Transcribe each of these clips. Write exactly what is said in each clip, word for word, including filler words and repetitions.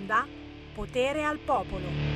onda Potere al Popolo.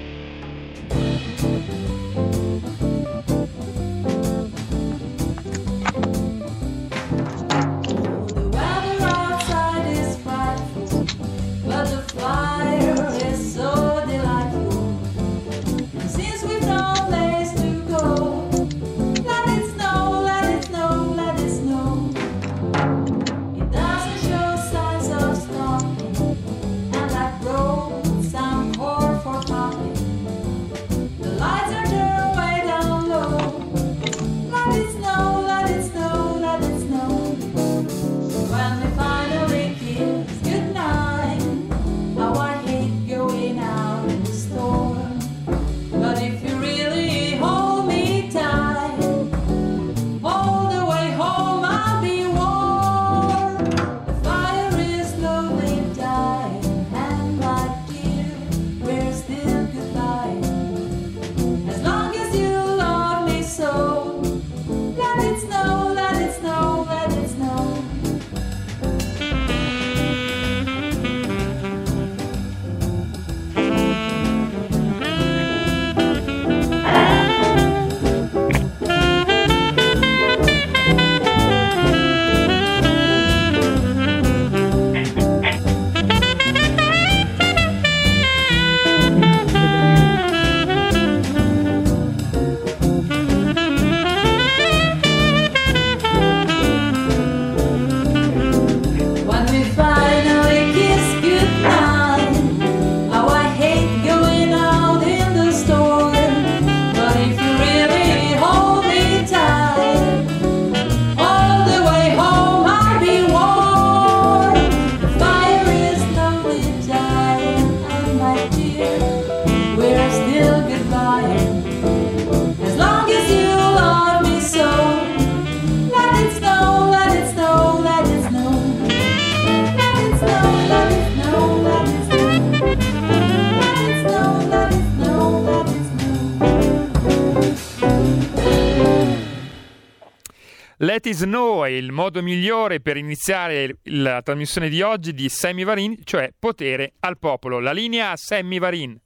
Let It Snow è il modo migliore per iniziare la trasmissione di oggi di Sammy Varin, cioè Potere al Popolo. La linea a Sammy Varin.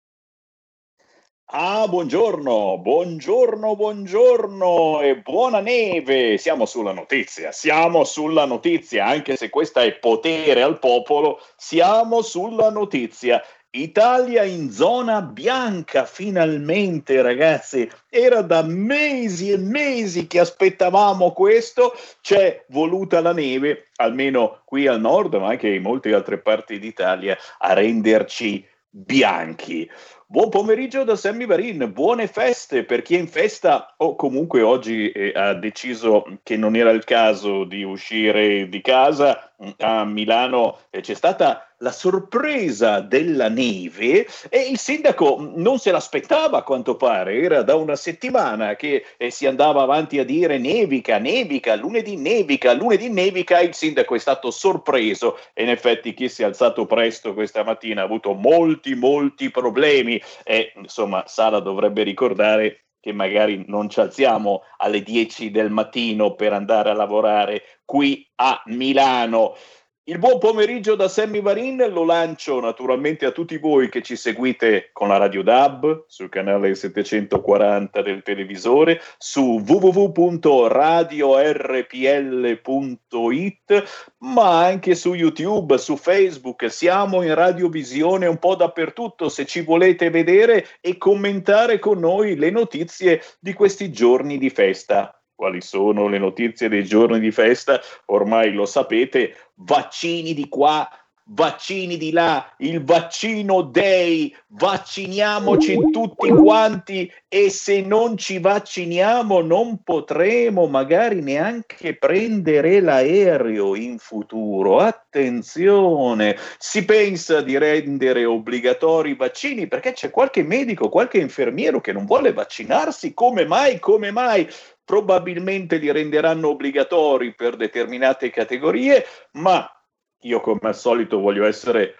Ah, buongiorno, buongiorno, buongiorno e buona neve. Siamo sulla notizia, siamo sulla notizia, anche se questa è Potere al Popolo, siamo sulla notizia. Italia in zona bianca, finalmente, ragazzi. Era da mesi e mesi che aspettavamo questo. C'è voluta la neve, almeno qui al nord, ma anche in molte altre parti d'Italia, a renderci bianchi. Buon pomeriggio da Sammy Varin, buone feste per chi è in festa o comunque oggi eh, ha deciso che non era il caso di uscire di casa. A Milano eh, c'è stata la sorpresa della neve e il sindaco non se l'aspettava, a quanto pare. Era da una settimana che eh, si andava avanti a dire nevica, nevica, lunedì nevica, lunedì nevica. Il sindaco è stato sorpreso e in effetti chi si è alzato presto questa mattina ha avuto molti molti problemi e insomma Sala dovrebbe ricordare che magari non ci alziamo alle dieci del mattino per andare a lavorare qui a Milano. Il buon pomeriggio da Sammy Varin lo lancio naturalmente a tutti voi che ci seguite con la Radio D A B, sul canale settecentoquaranta del televisore, su w w w punto radio r p l punto i t, ma anche su YouTube, su Facebook. Siamo in radiovisione un po' dappertutto, se ci volete vedere e commentare con noi le notizie di questi giorni di festa. Quali sono le notizie dei giorni di festa? Ormai lo sapete, vaccini di qua, vaccini di là, il vaccino day, vacciniamoci tutti quanti e se non ci vacciniamo non potremo magari neanche prendere l'aereo in futuro. Attenzione, si pensa di rendere obbligatori i vaccini perché c'è qualche medico, qualche infermiero che non vuole vaccinarsi. Come mai? Come mai? Probabilmente li renderanno obbligatori per determinate categorie, ma io come al solito voglio essere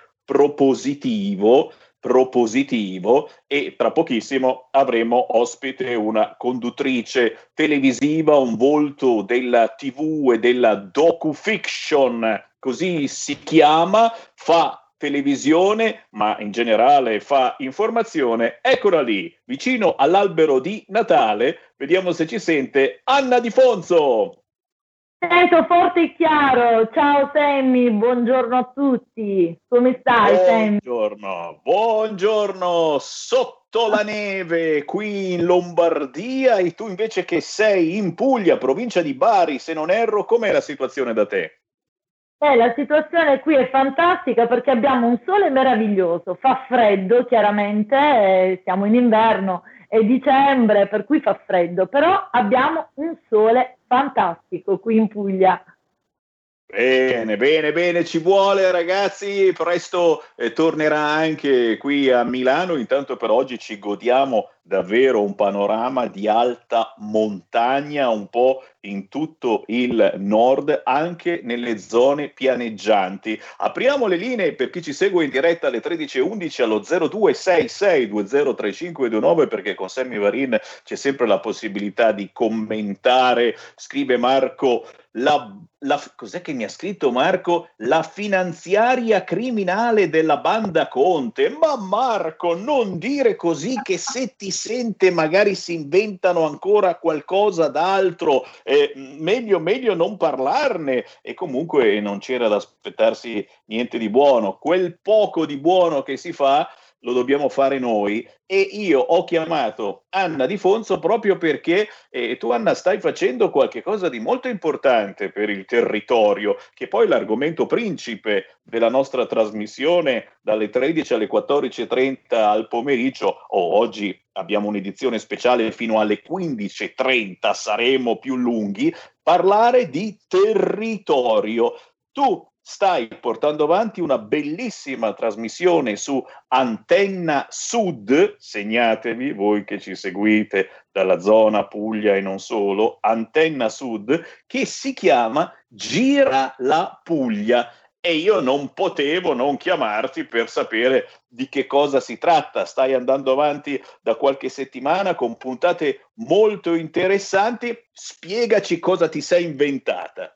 propositivo, propositivo e tra pochissimo avremo ospite una conduttrice televisiva, un volto della tivù e della docufiction, così si chiama, fa televisione, ma in generale fa informazione. Eccola lì, vicino all'albero di Natale. Vediamo se ci sente Anna Di Fonzo. Sento forte e chiaro. Ciao Sammy, buongiorno a tutti. Come stai, Sammy? Buongiorno, buongiorno. Sotto la neve qui in Lombardia, e tu invece che sei in Puglia, provincia di Bari, se non erro, com'è la situazione da te? Eh, la situazione qui è fantastica perché abbiamo un sole meraviglioso, fa freddo chiaramente, eh, siamo in inverno, è dicembre per cui fa freddo, però abbiamo un sole fantastico qui in Puglia. Bene, bene, bene, ci vuole ragazzi, presto eh, tornerà anche qui a Milano, intanto per oggi ci godiamo davvero un panorama di alta montagna un po' in tutto il nord, anche nelle zone pianeggianti. Apriamo le linee per chi ci segue in diretta alle tredici e undici allo zero due sei sei due zero tre cinque due nove, perché con Sammy Varin c'è sempre la possibilità di commentare. Scrive Marco, la, la, cos'è che mi ha scritto Marco? La finanziaria criminale della banda Conte. Ma Marco, non dire così, che se ti sente magari si inventano ancora qualcosa d'altro. Eh, meglio, meglio non parlarne, e comunque non c'era da aspettarsi niente di buono. Quel poco di buono che si fa lo dobbiamo fare noi, e io ho chiamato Anna Di Fonzo proprio perché eh, tu, Anna, stai facendo qualche cosa di molto importante per il territorio, che poi è l'argomento principe della nostra trasmissione dalle tredici alle quattordici e trenta al pomeriggio. Oh, oggi abbiamo un'edizione speciale fino alle quindici e trenta, saremo più lunghi, parlare di territorio. Tu stai portando avanti una bellissima trasmissione su Antenna Sud, segnatevi voi che ci seguite dalla zona Puglia e non solo, Antenna Sud, che si chiama Gira la Puglia, e io non potevo non chiamarti per sapere di che cosa si tratta. Stai andando avanti da qualche settimana con puntate molto interessanti, spiegaci cosa ti sei inventata.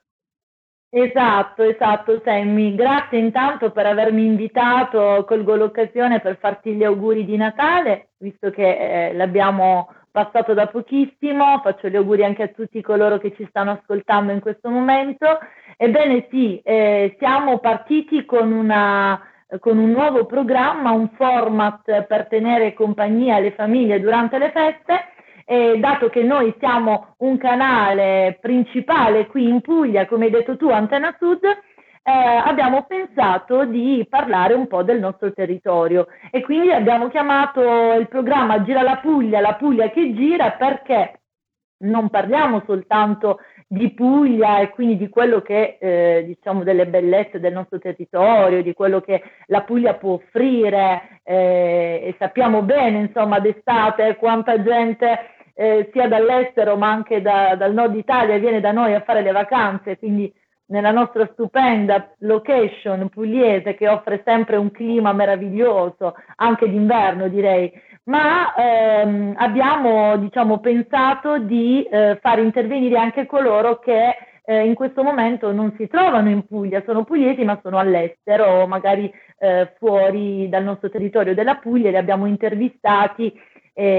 Esatto, esatto Sammy, grazie intanto per avermi invitato, colgo l'occasione per farti gli auguri di Natale, visto che eh, l'abbiamo passato da pochissimo, faccio gli auguri anche a tutti coloro che ci stanno ascoltando in questo momento. Ebbene sì, eh, siamo partiti con, una, con un nuovo programma, un format per tenere compagnia alle famiglie durante le feste. E dato che noi siamo un canale principale qui in Puglia, come hai detto tu, Antenna Sud, eh, abbiamo pensato di parlare un po' del nostro territorio, e quindi abbiamo chiamato il programma Gira la Puglia, la Puglia che gira, perché non parliamo soltanto di Puglia e quindi di quello che, eh, diciamo, delle bellezze del nostro territorio, di quello che la Puglia può offrire, eh, e sappiamo bene, insomma, d'estate quanta gente Eh, sia dall'estero ma anche da, dal nord Italia viene da noi a fare le vacanze, quindi nella nostra stupenda location pugliese che offre sempre un clima meraviglioso, anche d'inverno direi, ma ehm, abbiamo, diciamo, pensato di eh, far intervenire anche coloro che eh, in questo momento non si trovano in Puglia, sono pugliesi ma sono all'estero o magari eh, fuori dal nostro territorio della Puglia. Li abbiamo intervistati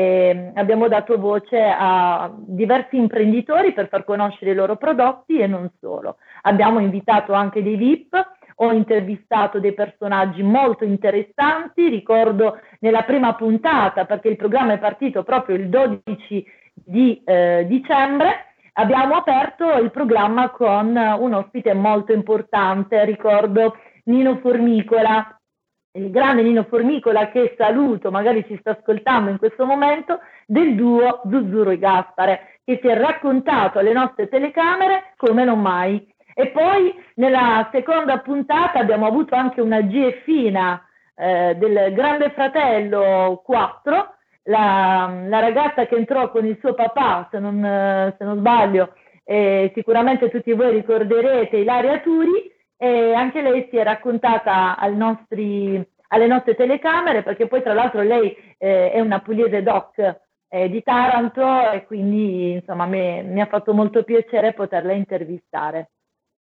e abbiamo dato voce a diversi imprenditori per far conoscere i loro prodotti, e non solo. Abbiamo invitato anche dei V I P, ho intervistato dei personaggi molto interessanti. Ricordo nella prima puntata, perché il programma è partito proprio il dodici di eh, dicembre, abbiamo aperto il programma con un ospite molto importante. Ricordo Nino Formicola, il grande Nino Formicola, che saluto, magari ci sta ascoltando in questo momento, del duo Zuzzurro e Gaspare, che si è raccontato alle nostre telecamere come non mai. E poi nella seconda puntata abbiamo avuto anche una G F-ina eh, del Grande Fratello quattro, la, la ragazza che entrò con il suo papà, se non, se non sbaglio, eh, sicuramente tutti voi ricorderete Ilaria Turi, e anche lei si è raccontata al nostri, alle nostre telecamere, perché poi tra l'altro lei eh, è una pugliese doc eh, di Taranto, e quindi insomma me, mi ha fatto molto piacere poterla intervistare.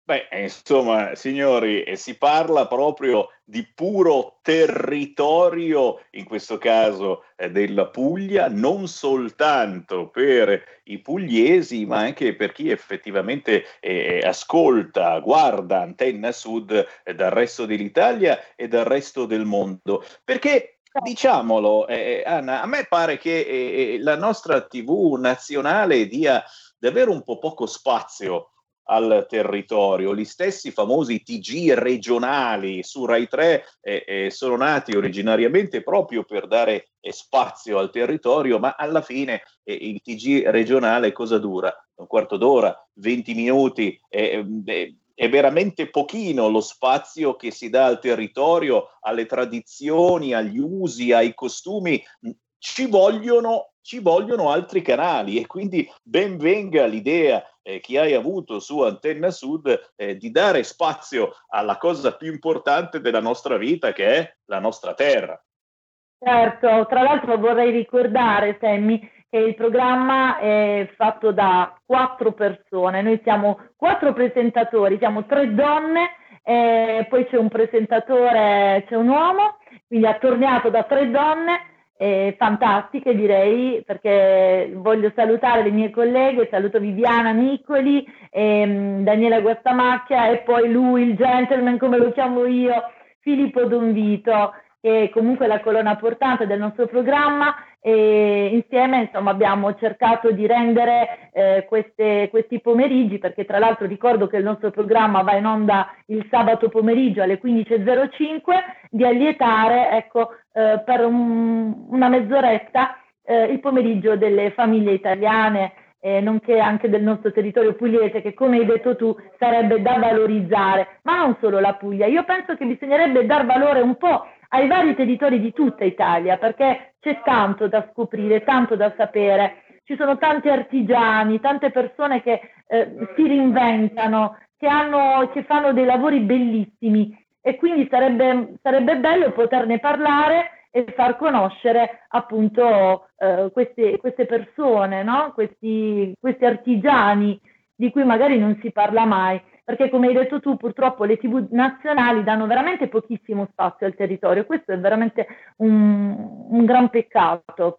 Beh, insomma, signori, eh, si parla proprio di puro territorio, in questo caso eh, della Puglia, non soltanto per i pugliesi, ma anche per chi effettivamente eh, ascolta, guarda Antenna Sud eh, dal resto dell'Italia e dal resto del mondo. Perché, diciamolo, eh, Anna, a me pare che eh, la nostra tivù nazionale dia davvero un po' poco spazio al territorio. Gli stessi famosi T G regionali su Rai tre eh, eh, sono nati originariamente proprio per dare eh, spazio al territorio, ma alla fine eh, il T G regionale cosa dura? Un quarto d'ora, venti minuti, eh, eh, è veramente pochino lo spazio che si dà al territorio, alle tradizioni, agli usi, ai costumi. Ci vogliono, ci vogliono altri canali, e quindi ben venga l'idea eh, che hai avuto su Antenna Sud eh, di dare spazio alla cosa più importante della nostra vita, che è la nostra terra. Certo, tra l'altro vorrei ricordare, Sammy, che il programma è fatto da quattro persone. Noi siamo quattro presentatori, siamo tre donne, e poi c'è un presentatore, c'è un uomo, quindi attorniato da tre donne eh, fantastiche, direi, perché voglio salutare le mie colleghe, saluto Viviana Miccoli, ehm, Daniela Guastamacchia, e poi lui, il gentleman, come lo chiamo io, Filippo Donvito, che è comunque la colonna portante del nostro programma, e insieme insomma abbiamo cercato di rendere eh, queste, questi pomeriggi, perché tra l'altro ricordo che il nostro programma va in onda il sabato pomeriggio alle quindici e zero cinque, di allietare ecco, eh, per un, una mezz'oretta eh, il pomeriggio delle famiglie italiane, eh, nonché anche del nostro territorio pugliese, che come hai detto tu sarebbe da valorizzare, ma non solo la Puglia. Io penso che bisognerebbe dar valore un po' ai vari territori di tutta Italia, perché c'è tanto da scoprire, tanto da sapere. Ci sono tanti artigiani, tante persone che eh, si reinventano, che, hanno, che fanno dei lavori bellissimi, e quindi sarebbe, sarebbe bello poterne parlare e far conoscere appunto eh, queste, queste persone, no? questi, questi artigiani di cui magari non si parla mai, perché come hai detto tu purtroppo le tivù nazionali danno veramente pochissimo spazio al territorio. Questo è veramente un, un gran peccato.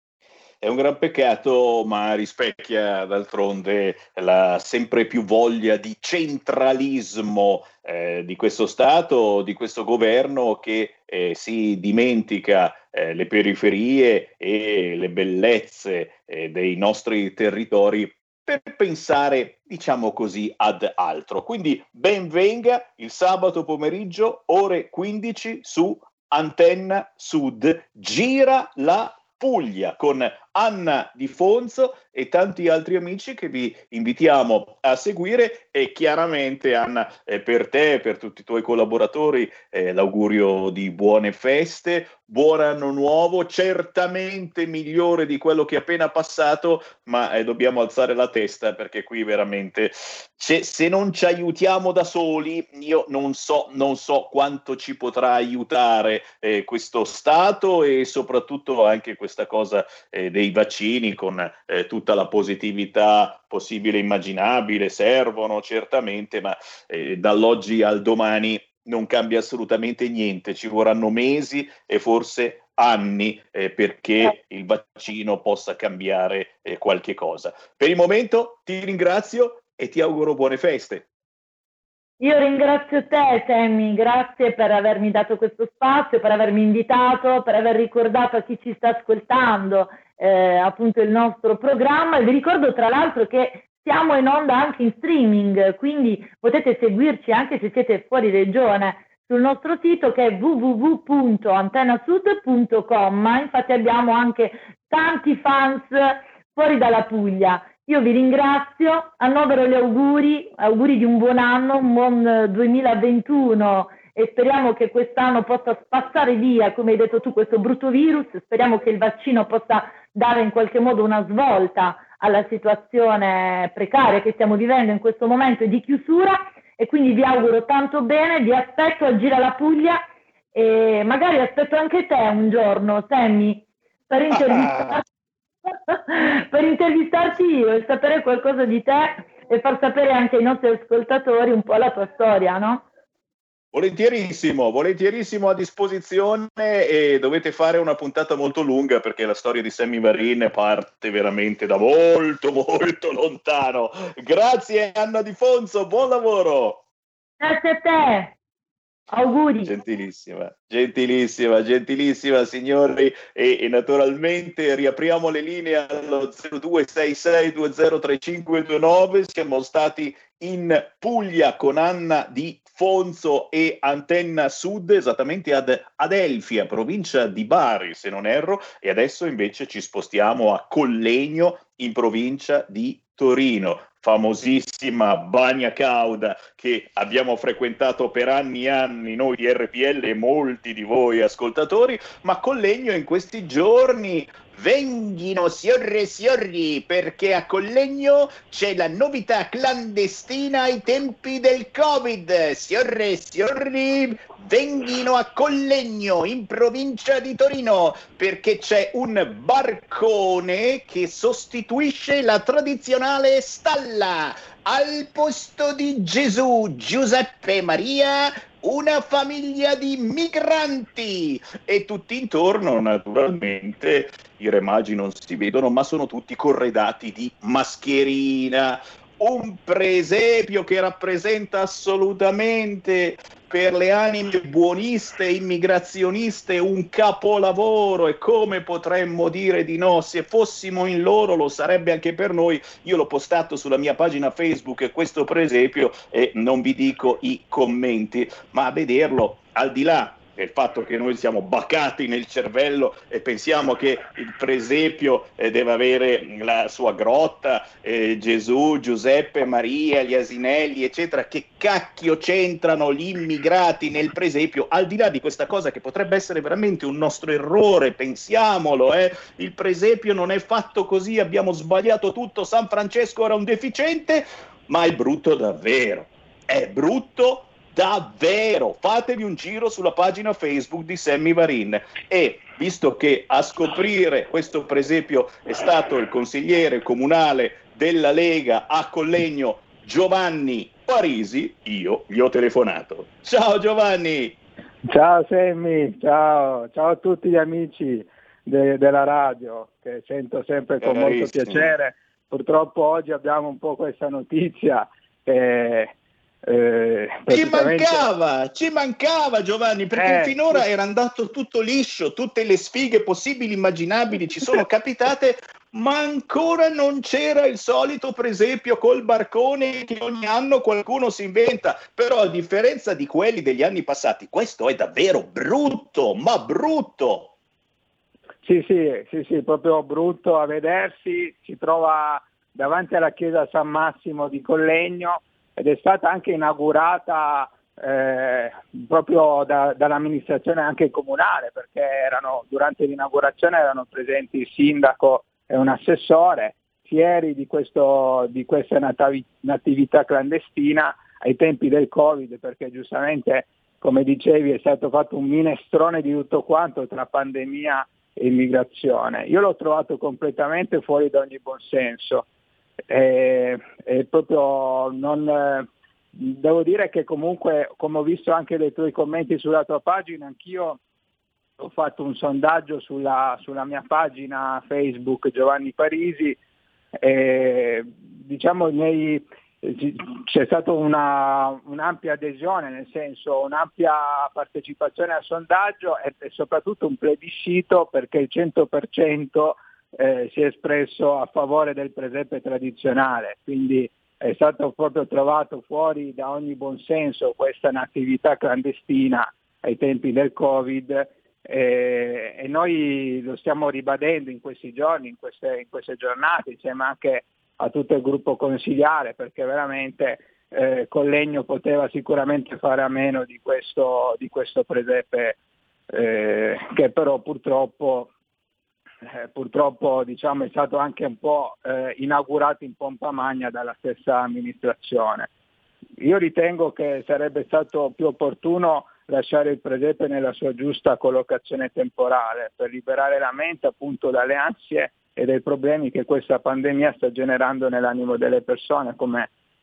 È un gran peccato, ma rispecchia d'altronde la sempre più voglia di centralismo eh, di questo Stato, di questo governo, che eh, si dimentica eh, le periferie e le bellezze eh, dei nostri territori per pensare, diciamo così, ad altro. Quindi ben venga il sabato pomeriggio, ore quindici, su Antenna Sud. Gira la Puglia, con Anna Di Fonzo e tanti altri amici che vi invitiamo a seguire. E chiaramente, Anna, eh, per te e per tutti i tuoi collaboratori eh, l'augurio di buone feste, buon anno nuovo, certamente migliore di quello che è appena passato, ma eh, dobbiamo alzare la testa, perché qui veramente se, se non ci aiutiamo da soli, io non so, non so quanto ci potrà aiutare eh, questo Stato, e soprattutto anche questa cosa eh, dei vaccini, con eh, tutta la positività possibile e immaginabile. Servono certamente, ma eh, dall'oggi al domani non cambia assolutamente niente, ci vorranno mesi e forse anni eh, perché il vaccino possa cambiare eh, qualche cosa. Per il momento ti ringrazio e ti auguro buone feste. Io ringrazio te, Sammy, grazie per avermi dato questo spazio, per avermi invitato, per aver ricordato a chi ci sta ascoltando eh, appunto il nostro programma. E vi ricordo tra l'altro che siamo in onda anche in streaming, quindi potete seguirci anche se siete fuori regione sul nostro sito, che è w w w punto antennasud punto com. Infatti abbiamo anche tanti fans fuori dalla Puglia. Io vi ringrazio, annovero gli auguri, auguri di un buon anno, un buon duemilaventuno, e speriamo che quest'anno possa spazzare via, come hai detto tu, questo brutto virus. Speriamo che il vaccino possa dare in qualche modo una svolta alla situazione precaria che stiamo vivendo in questo momento di chiusura, e quindi vi auguro tanto bene, vi aspetto a Gira la Puglia, e magari aspetto anche te un giorno, Sammy, per intervistarti. per intervistarti io e sapere qualcosa di te, e far sapere anche ai nostri ascoltatori un po' la tua storia, no? Volentierissimo, volentierissimo a disposizione, e dovete fare una puntata molto lunga perché la storia di Sammy Varin parte veramente da molto molto lontano. Grazie Anna Di Fonzo, buon lavoro. Grazie a te, auguri. Gentilissima, gentilissima, gentilissima signori, e, e naturalmente riapriamo le linee allo zero due sei sei due zero tre cinque due nove. Siamo stati in Puglia con Anna Di Fonzo e Antenna Sud, esattamente ad Adelfia, provincia di Bari se non erro, e adesso invece ci spostiamo a Collegno in provincia di Torino. Famosissima Bagna Cauda che abbiamo frequentato per anni e anni noi di R P L e molti di voi ascoltatori, ma Collegno in questi giorni venghino signore e signori, perché a Collegno c'è la novità clandestina ai tempi del Covid. Signore e signori, venghino a Collegno in provincia di Torino, perché c'è un barcone che sostituisce la tradizionale stalla. Al posto di Gesù, Giuseppe e Maria, una famiglia di migranti, e tutti intorno naturalmente i re magi non si vedono, ma sono tutti corredati di mascherina. Un presepio che rappresenta assolutamente per le anime buoniste e immigrazioniste un capolavoro, e come potremmo dire di no? Se fossimo in loro lo sarebbe anche per noi. Io l'ho postato sulla mia pagina Facebook questo presepio e non vi dico i commenti, ma a vederlo, al di là del fatto che noi siamo bacati nel cervello e pensiamo che il presepio eh, deve avere la sua grotta, eh, Gesù, Giuseppe, Maria, gli asinelli, eccetera, che cacchio c'entrano gli immigrati nel presepio? Al di là di questa cosa che potrebbe essere veramente un nostro errore, pensiamolo, eh? Il presepio non è fatto così, abbiamo sbagliato tutto, San Francesco era un deficiente, ma è brutto davvero, è brutto davvero. Fatevi un giro sulla pagina Facebook di Sammy Varin, e visto che a scoprire questo presepio è stato il consigliere comunale della Lega a Collegno, Giovanni Parisi, io gli ho telefonato. Ciao Giovanni! Ciao Sammy, ciao, ciao a tutti gli amici de- della radio, che sento sempre con Carissimo. molto piacere. Purtroppo oggi abbiamo un po' questa notizia che Eh, ci praticamente... mancava, ci mancava Giovanni, perché eh, finora sì. era andato tutto liscio, tutte le sfighe possibili immaginabili ci sono capitate, ma ancora non c'era il solito presepio col barcone che ogni anno qualcuno si inventa. Però a differenza di quelli degli anni passati, questo è davvero brutto, ma brutto. Sì, sì, sì, sì, proprio brutto a vedersi. Si trova davanti alla chiesa San Massimo di Collegno, ed è stata anche inaugurata eh, proprio da, dall'amministrazione anche comunale, perché erano, durante l'inaugurazione erano presenti il sindaco e un assessore, fieri di, questo, di questa natavi, natività clandestina ai tempi del Covid, perché giustamente, come dicevi, è stato fatto un minestrone di tutto quanto tra pandemia e immigrazione. Io l'ho trovato completamente fuori da ogni buonsenso. E, e proprio non eh, devo dire che comunque, come ho visto anche dai tuoi commenti sulla tua pagina, anch'io ho fatto un sondaggio sulla, sulla mia pagina Facebook Giovanni Parisi, e diciamo nei, c'è stata una, un'ampia adesione, nel senso un'ampia partecipazione al sondaggio, e, e soprattutto un plebiscito, perché il cento per cento Eh, si è espresso a favore del presepe tradizionale, quindi è stato proprio trovato fuori da ogni buonsenso questa natività clandestina ai tempi del Covid, eh, e noi lo stiamo ribadendo in questi giorni, in queste, in queste giornate, insieme anche a tutto il gruppo consigliare, perché veramente eh, Collegno poteva sicuramente fare a meno di questo, di questo presepe eh, che però purtroppo Eh, purtroppo diciamo, è stato anche un po' eh, inaugurato in pompa magna dalla stessa amministrazione. Io ritengo che sarebbe stato più opportuno lasciare il presepe nella sua giusta collocazione temporale, per liberare la mente appunto dalle ansie e dai problemi che questa pandemia sta generando nell'animo delle persone, come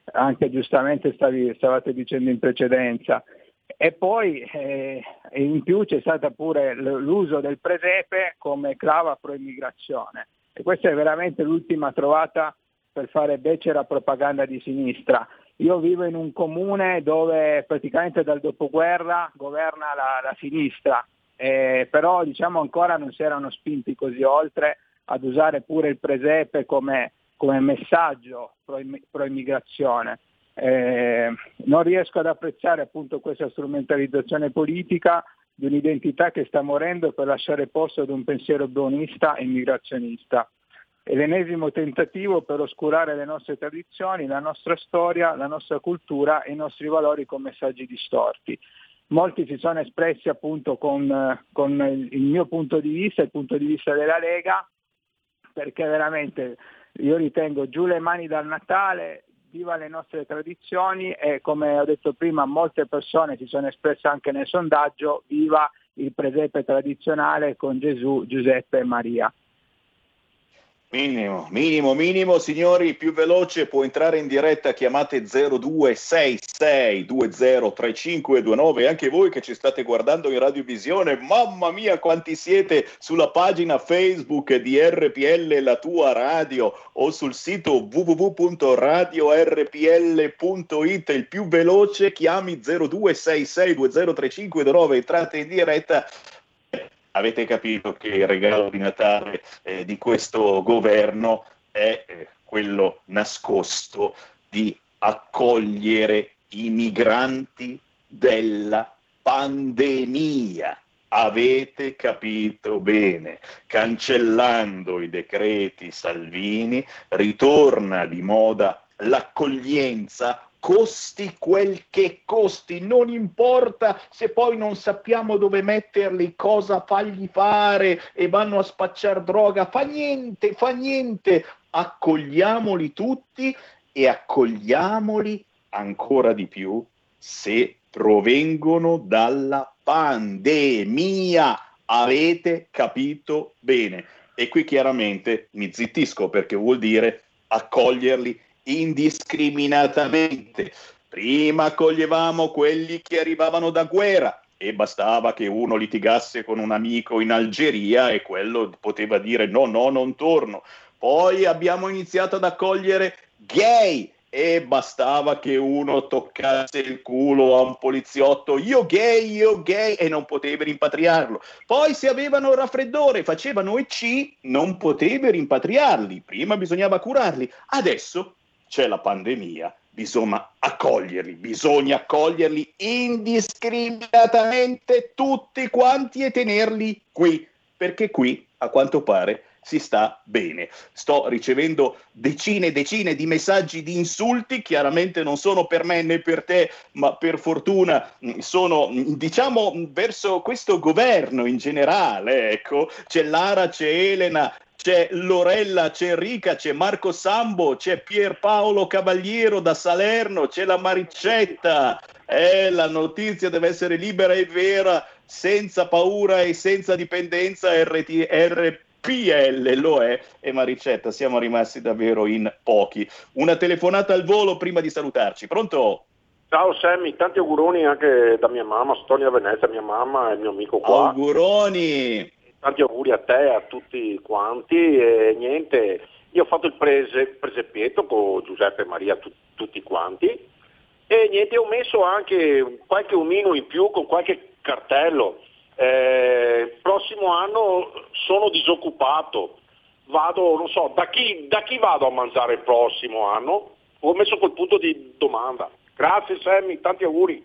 anche giustamente stavi, stavate dicendo in precedenza. E poi eh, in più c'è stato pure l'uso del presepe come clava pro immigrazione, e questa è veramente l'ultima trovata per fare becera propaganda di sinistra. Io vivo in un comune dove praticamente dal dopoguerra governa la, la sinistra, eh, però diciamo ancora non si erano spinti così oltre ad usare pure il presepe come, come messaggio pro, pro immigrazione. Eh, non riesco ad apprezzare appunto questa strumentalizzazione politica di un'identità che sta morendo per lasciare posto ad un pensiero buonista e immigrazionista. È l'ennesimo tentativo per oscurare le nostre tradizioni, la nostra storia, la nostra cultura e i nostri valori con messaggi distorti. Molti si sono espressi appunto con, con il mio punto di vista, il punto di vista della Lega, perché veramente io ritengo giù le mani dal Natale, viva le nostre tradizioni, e come ho detto prima molte persone si sono espresse anche nel sondaggio, viva il presepe tradizionale con Gesù, Giuseppe e Maria. Minimo, minimo, minimo, signori, più veloce, può entrare in diretta, chiamate zero due sei sei due zero tre cinque due nove, anche voi che ci state guardando in radiovisione, mamma mia quanti siete, sulla pagina Facebook di R P L La Tua Radio o sul sito w w w punto radio r p l punto i t, il più veloce, chiami zero due sei sei due zero tre cinque due nove, entrate in diretta. Avete capito che il regalo di Natale eh, di questo governo è eh, quello nascosto di accogliere i migranti della pandemia. Avete capito bene, cancellando i decreti Salvini ritorna di moda l'accoglienza, costi quel che costi, non importa se poi non sappiamo dove metterli, cosa fargli fare e vanno a spacciare droga, fa niente, fa niente, accogliamoli tutti e accogliamoli ancora di più se provengono dalla pandemia. Avete capito bene? E qui chiaramente mi zittisco perché vuol dire accoglierli indiscriminatamente. Prima accoglievamo quelli che arrivavano da guerra e bastava che uno litigasse con un amico in Algeria e quello poteva dire no, no, non torno. Poi abbiamo iniziato ad accogliere gay e bastava che uno toccasse il culo a un poliziotto, io gay, io gay, e non potevi rimpatriarlo. Poi se avevano il raffreddore, facevano E C, non potevi rimpatriarli, prima bisognava curarli. Adesso c'è la pandemia, bisogna accoglierli, bisogna accoglierli indiscriminatamente tutti quanti e tenerli qui, perché qui, a quanto pare, si sta bene. Sto ricevendo decine e decine di messaggi di insulti, chiaramente non sono per me né per te, ma per fortuna sono, diciamo, verso questo governo in generale, ecco. C'è Lara, c'è Elena, c'è Lorella, c'è Enrica, c'è Marco Sambo, c'è Pierpaolo Cavaliero da Salerno, c'è la Maricetta. Eh, la notizia deve essere libera e vera, senza paura e senza dipendenza. R T R P L lo è, e Maricetta, siamo rimasti davvero in pochi. Una telefonata al volo prima di salutarci. Pronto? Ciao Sammy, tanti auguroni anche da mia mamma, Sonia Venezia, mia mamma e il mio amico qua. Auguroni! Tanti auguri a te, a tutti quanti, e niente, io ho fatto il prese, presepietto con Giuseppe e Maria, tu, tutti quanti, e niente, ho messo anche qualche omino in più con qualche cartello. Eh, prossimo anno sono disoccupato, vado, non so, da chi, da chi vado a mangiare il prossimo anno? Ho messo quel punto di domanda. Grazie Sammy, tanti auguri.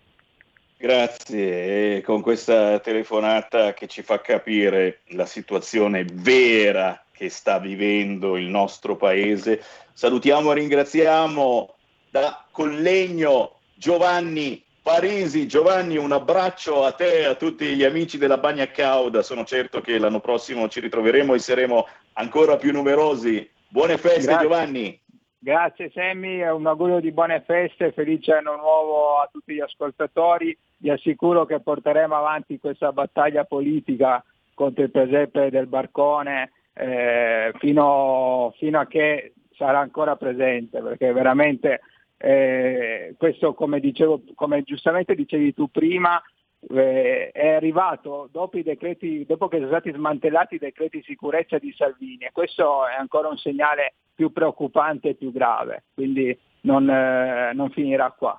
Grazie, e con questa telefonata che ci fa capire la situazione vera che sta vivendo il nostro paese, salutiamo e ringraziamo da Collegno Giovanni Parisi. Giovanni, un abbraccio a te e a tutti gli amici della Bagna Cauda, sono certo che l'anno prossimo ci ritroveremo e saremo ancora più numerosi. Buone feste. Grazie. Giovanni. Grazie Sammy, un augurio di buone feste, felice anno nuovo a tutti gli ascoltatori. Vi assicuro che porteremo avanti questa battaglia politica contro il presepe del barcone eh, fino, fino a che sarà ancora presente, perché veramente Eh, questo, come dicevo, come giustamente dicevi tu prima, eh, è arrivato dopo i decreti, dopo che sono stati smantellati i decreti sicurezza di Salvini, e questo è ancora un segnale più preoccupante e più grave, quindi non, eh, non finirà qua.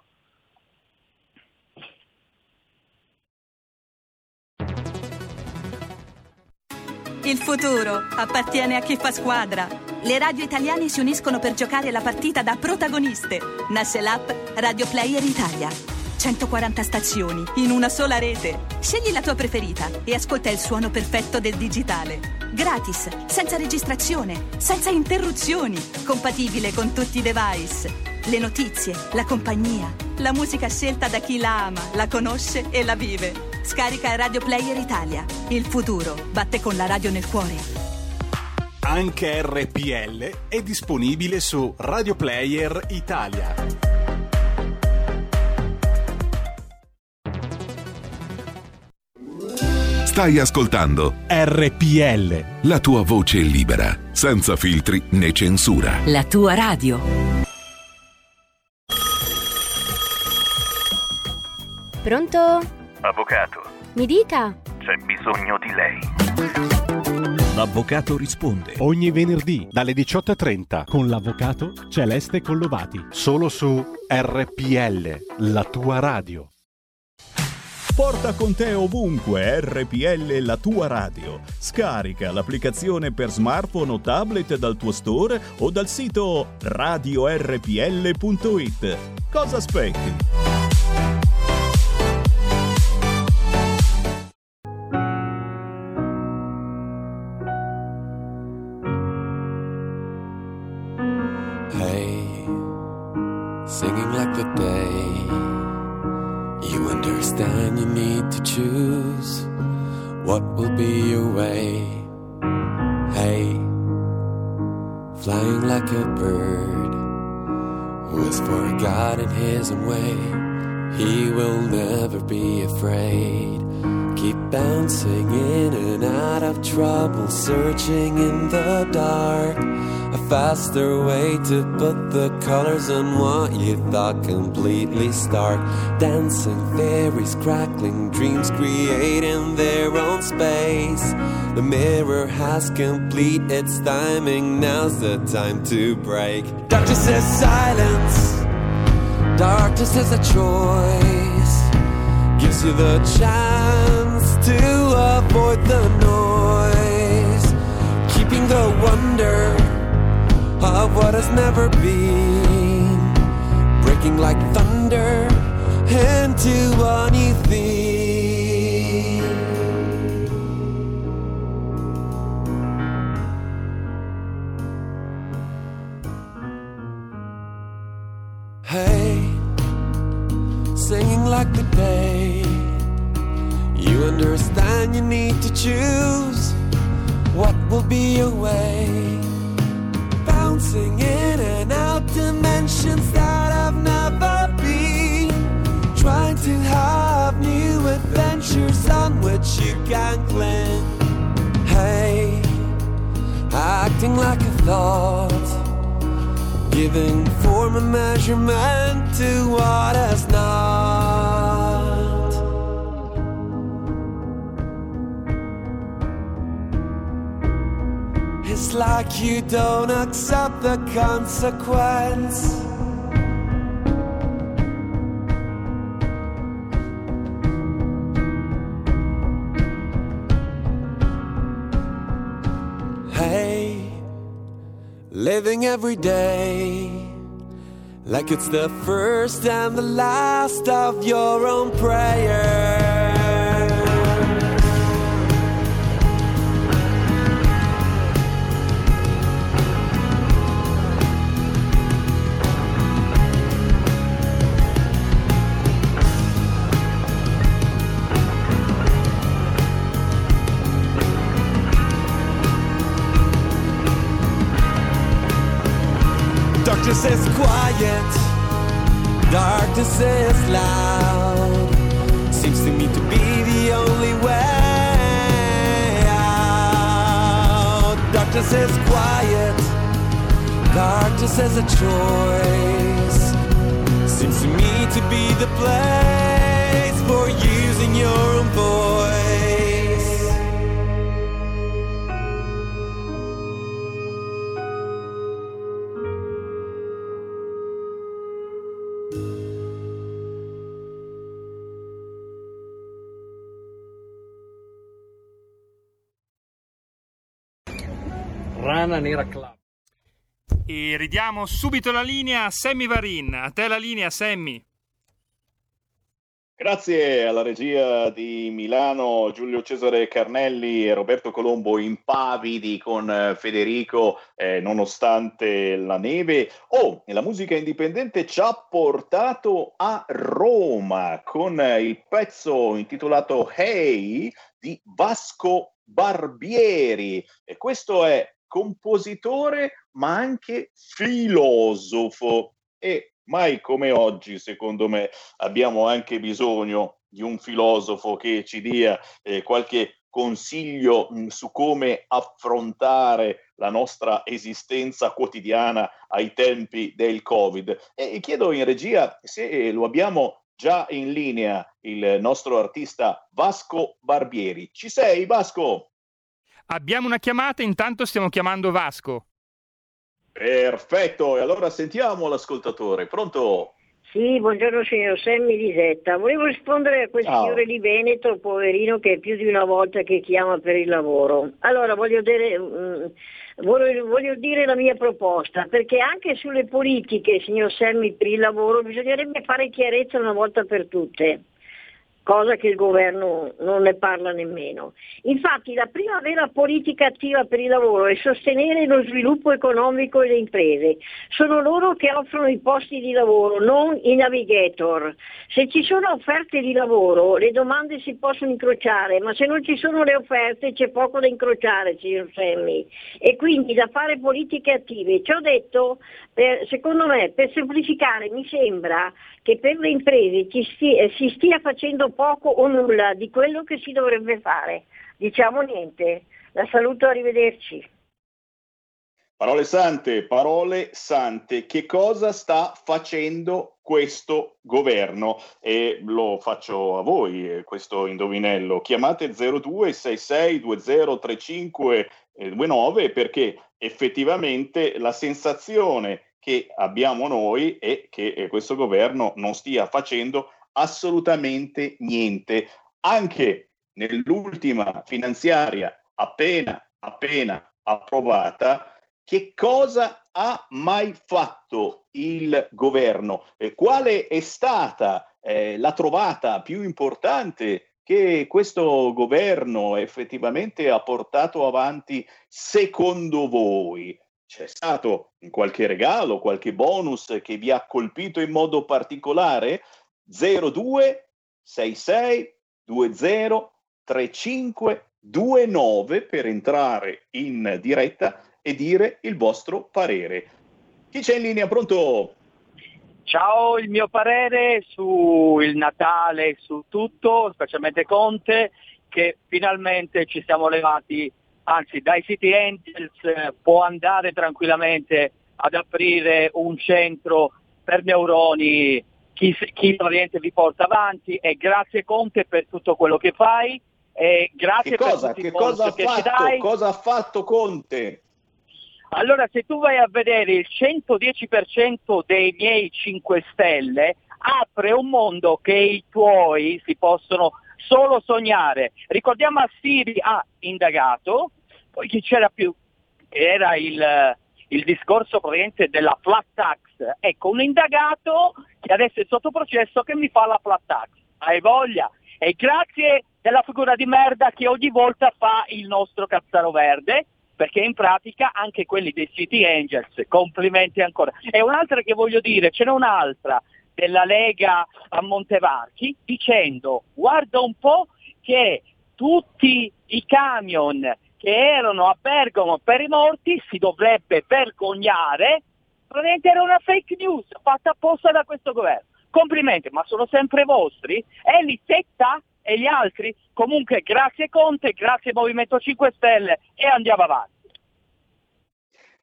Il futuro appartiene a chi fa squadra. Le radio italiane si uniscono per giocare la partita da protagoniste. Nasce l'app Radio Player Italia. centoquaranta stazioni in una sola rete. Scegli la tua preferita e ascolta il suono perfetto del digitale. Gratis, senza registrazione, senza interruzioni. Compatibile con tutti i device. Le notizie, la compagnia, la musica scelta da chi la ama, la conosce e la vive. Scarica Radio Player Italia. Il futuro batte con la radio nel cuore. Anche R P L è disponibile su Radio Player Italia. Stai ascoltando R P L, la tua voce libera, senza filtri né censura. La tua radio. Pronto? Avvocato. Mi dica. C'è bisogno di lei. L'avvocato risponde ogni venerdì dalle diciotto e trenta con l'avvocato Celeste Collovati, solo su R P L, la tua radio. Porta con te ovunque R P L, la tua radio. Scarica l'applicazione per smartphone o tablet dal tuo store o dal sito radio r p l punto i t. Cosa aspetti? Singing like the day you understand you need to choose what will be your way. Hey, flying like a bird who has forgotten his own way. He will never be afraid. Keep bouncing in and out of trouble, searching in the dark. A faster way to put the colors on what you thought completely stark. Dancing fairies, crackling dreams, creating their own space. The mirror has complete its timing, now's the time to break. Doctor says silence, darkness is a choice. Gives you the chance to avoid the noise. Keeping the wonder of what has never been, breaking like thunder into a new theme. Hey, singing like the day you understand you need to choose what will be your way. Bouncing in and out dimensions that have never been, trying to have new adventures on which you can cling. Hey, acting like a thought, giving form and measurement to what is not. It's like you don't accept the consequence. Hey, living every day like it's the first and the last of your own prayer. Darkness is quiet, darkness is loud. Seems to me to be the only way out. Darkness is quiet, darkness is a choice. Seems to me to be the place for using your own voice. Rana Nera Club. E ridiamo subito la linea a Sammy Varin. A te la linea, Sammy. Grazie alla regia di Milano, Giulio Cesare Carnelli e Roberto Colombo impavidi con Federico eh, nonostante la neve. Oh, e la musica indipendente ci ha portato a Roma con il pezzo intitolato Hey di Vasco Barbieri. E questo è compositore ma anche filosofo, e mai come oggi secondo me abbiamo anche bisogno di un filosofo che ci dia eh, qualche consiglio mh, su come affrontare la nostra esistenza quotidiana ai tempi del Covid. E chiedo in regia se lo abbiamo già in linea il nostro artista Vasco Barbieri. Ci sei, Vasco? Abbiamo una chiamata, intanto stiamo chiamando Vasco. Perfetto, e allora sentiamo l'ascoltatore. Pronto? Sì, buongiorno signor Sammy Lisetta. Volevo rispondere a quel Ciao. signore di Veneto, poverino, che è più di una volta che chiama per il lavoro. Allora, voglio dire, mh, voglio, voglio dire la mia proposta, perché anche sulle politiche, signor Sammy, per il lavoro bisognerebbe fare chiarezza una volta per tutte. Cosa che il governo non ne parla nemmeno. Infatti la prima vera politica attiva per il lavoro è sostenere lo sviluppo economico e le imprese. Sono loro che offrono i posti di lavoro, non i navigator. Se ci sono offerte di lavoro, le domande si possono incrociare, ma se non ci sono le offerte c'è poco da incrociare, signor Sammy. E quindi da fare politiche attive. Ci ho detto, per, secondo me, per semplificare, mi sembra che per le imprese ci stia, si stia facendo poco o nulla di quello che si dovrebbe fare. Diciamo niente. La saluto, arrivederci. Parole sante, parole sante. Che cosa sta facendo questo governo? E lo faccio a voi, questo indovinello. Chiamate zero due sei sei due zero tre cinque due nove perché effettivamente la sensazione che abbiamo noi è che questo governo non stia facendo assolutamente niente. Anche nell'ultima finanziaria appena appena approvata, che cosa ha mai fatto il governo? Eh, quale è stata eh, la trovata più importante che questo governo effettivamente ha portato avanti secondo voi? C'è stato qualche regalo, qualche bonus che vi ha colpito in modo particolare? zero due sei sei due zero tre cinque due nove per entrare in diretta e dire il vostro parere. Chi c'è in linea? Pronto? Ciao, il mio parere sul Natale, su tutto, specialmente Conte, che finalmente ci siamo levati, anzi dai City Angels eh, può andare tranquillamente ad aprire un centro per neuroni, chi, chi praticamente vi porta avanti, e grazie Conte per tutto quello che fai, e grazie che cosa, per tutti che i cosa ha che ci fatto? dai. Cosa ha fatto Conte? Allora, se tu vai a vedere il centodieci per cento dei miei cinque Stelle, apre un mondo che i tuoi si possono solo sognare. Ricordiamo Assiri ha indagato, poi chi c'era più? Era il, il discorso praticamente della flat tax. Ecco, un indagato che adesso è sotto processo che mi fa la flat tax. Hai voglia? E grazie della figura di merda che ogni volta fa il nostro cazzaro verde, perché in pratica anche quelli dei City Angels, complimenti ancora. E un'altra che voglio dire, ce n'è un'altra della Lega a Montevarchi, dicendo, guarda un po' che tutti i camion che erano a Bergamo per i morti si dovrebbe vergognare, probabilmente era una fake news fatta apposta da questo governo. Complimenti, ma sono sempre vostri? E Lisetta e gli altri? Comunque grazie Conte, grazie Movimento cinque Stelle e andiamo avanti.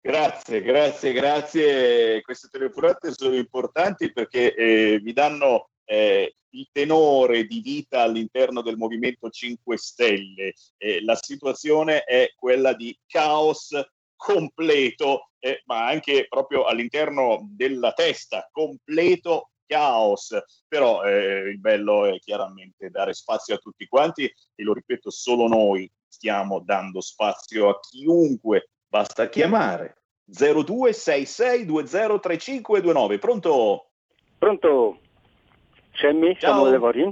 Grazie, grazie, grazie. Queste telefonate sono importanti perché eh, mi danno eh, il tenore di vita all'interno del Movimento cinque Stelle. Eh, la situazione è quella di caos completo, eh, ma anche proprio all'interno della testa, completo caos. Però eh, il bello è chiaramente dare spazio a tutti quanti e lo ripeto, solo noi stiamo dando spazio a chiunque. Basta chiamare zero due sei sei due zero tre cinque due nove. Pronto? Pronto? Semmi? Ciao. Samuele Varin?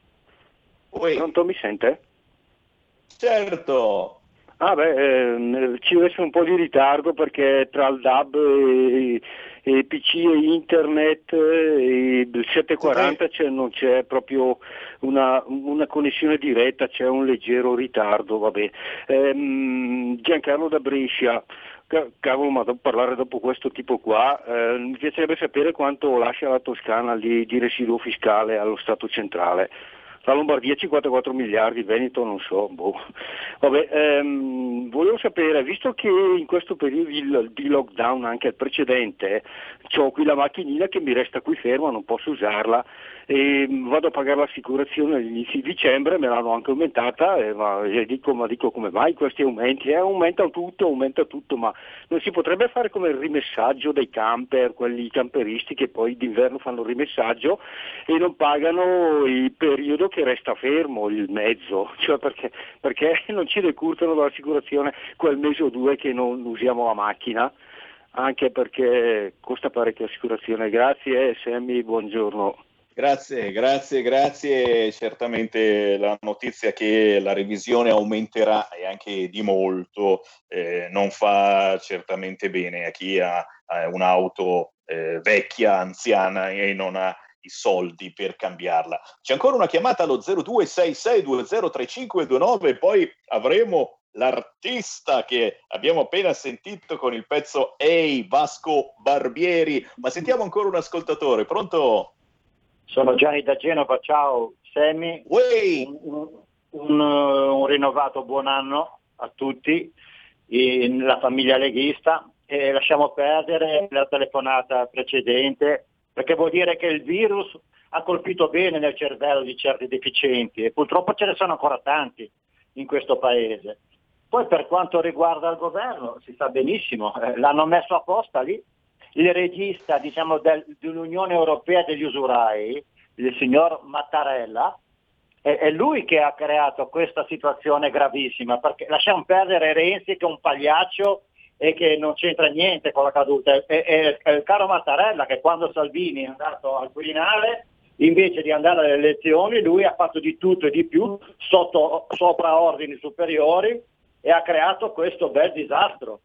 Oi. Pronto, mi sente? Certo. Ah beh, eh, ci deve essere un po' di ritardo perché tra il D A B e, e P C e internet e il settecentoquaranta c'è, non c'è proprio una, una connessione diretta, c'è un leggero ritardo, vabbè. Ehm, Giancarlo da Brescia. Cavolo, ma devo parlare dopo questo tipo qua, eh, mi piacerebbe sapere quanto lascia la Toscana di, di residuo fiscale allo Stato centrale. La Lombardia cinquantaquattro miliardi, il Veneto non so, boh. Vabbè, ehm, volevo sapere, visto che in questo periodo di, di lockdown, anche il precedente, ho qui la macchinina che mi resta qui ferma, non posso usarla, e vado a pagare l'assicurazione all'inizio di dicembre, me l'hanno anche aumentata, eh, ma, e dico, ma dico come mai questi aumenti? Eh, aumenta tutto, aumenta tutto, ma non si potrebbe fare come il rimessaggio dei camper, quelli camperisti che poi d'inverno fanno il rimessaggio e non pagano il periodo che resta fermo, il mezzo, cioè perché, perché non ci decurtano dall'assicurazione quel mese o due che non usiamo la macchina, anche perché costa parecchio l'assicurazione. Grazie Sammy, buongiorno. Grazie, grazie, grazie. Certamente la notizia che la revisione aumenterà e anche di molto eh, non fa certamente bene a chi ha, ha un'auto eh, vecchia, anziana e non ha i soldi per cambiarla. C'è ancora una chiamata allo zero due sei sei due zero tre cinque due nove e poi avremo l'artista che abbiamo appena sentito con il pezzo Ehi, Vasco Barbieri. Ma sentiamo ancora un ascoltatore. Pronto? Sono Gianni da Genova, ciao Sammy, un, un, un, un rinnovato buon anno a tutti, in, la famiglia leghista, e lasciamo perdere la telefonata precedente perché vuol dire che il virus ha colpito bene nel cervello di certi deficienti e purtroppo ce ne sono ancora tanti in questo paese. Poi per quanto riguarda il governo si sa benissimo, eh, l'hanno messo apposta lì. Il regista diciamo, del, dell'Unione Europea degli Usurai, il signor Mattarella, è, è lui che ha creato questa situazione gravissima, perché lasciamo perdere Renzi che è un pagliaccio e che non c'entra niente con la caduta, è, è, è il caro Mattarella che quando Salvini è andato al Quirinale, invece di andare alle elezioni, lui ha fatto di tutto e di più sotto, sopra ordini superiori e ha creato questo bel disastro.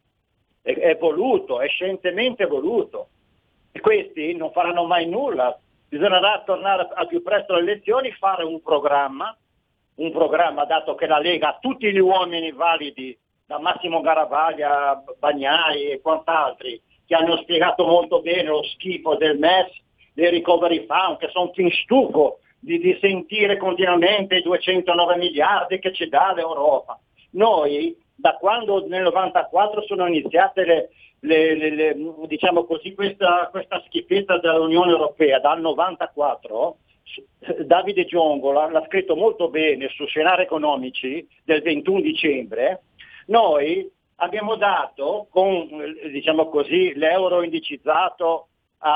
È voluto, è scientemente voluto, e questi non faranno mai nulla. Bisognerà tornare al più presto alle elezioni, fare un programma, un programma dato che la Lega ha tutti gli uomini validi, da Massimo Garavaglia a Bagnai e quant'altri, che hanno spiegato molto bene lo schifo del M E S, dei recovery fund, che sono fin stufo di, di sentire continuamente i duecentonove miliardi che ci dà l'Europa. Noi da quando nel novantaquattro sono iniziate le, le, le, le diciamo così, questa, questa schifezza dell'Unione Europea, dal novantaquattro, Davide Giongo l'ha, l'ha scritto molto bene su Scenari Economici del ventuno dicembre, noi abbiamo dato con diciamo così, l'euro indicizzato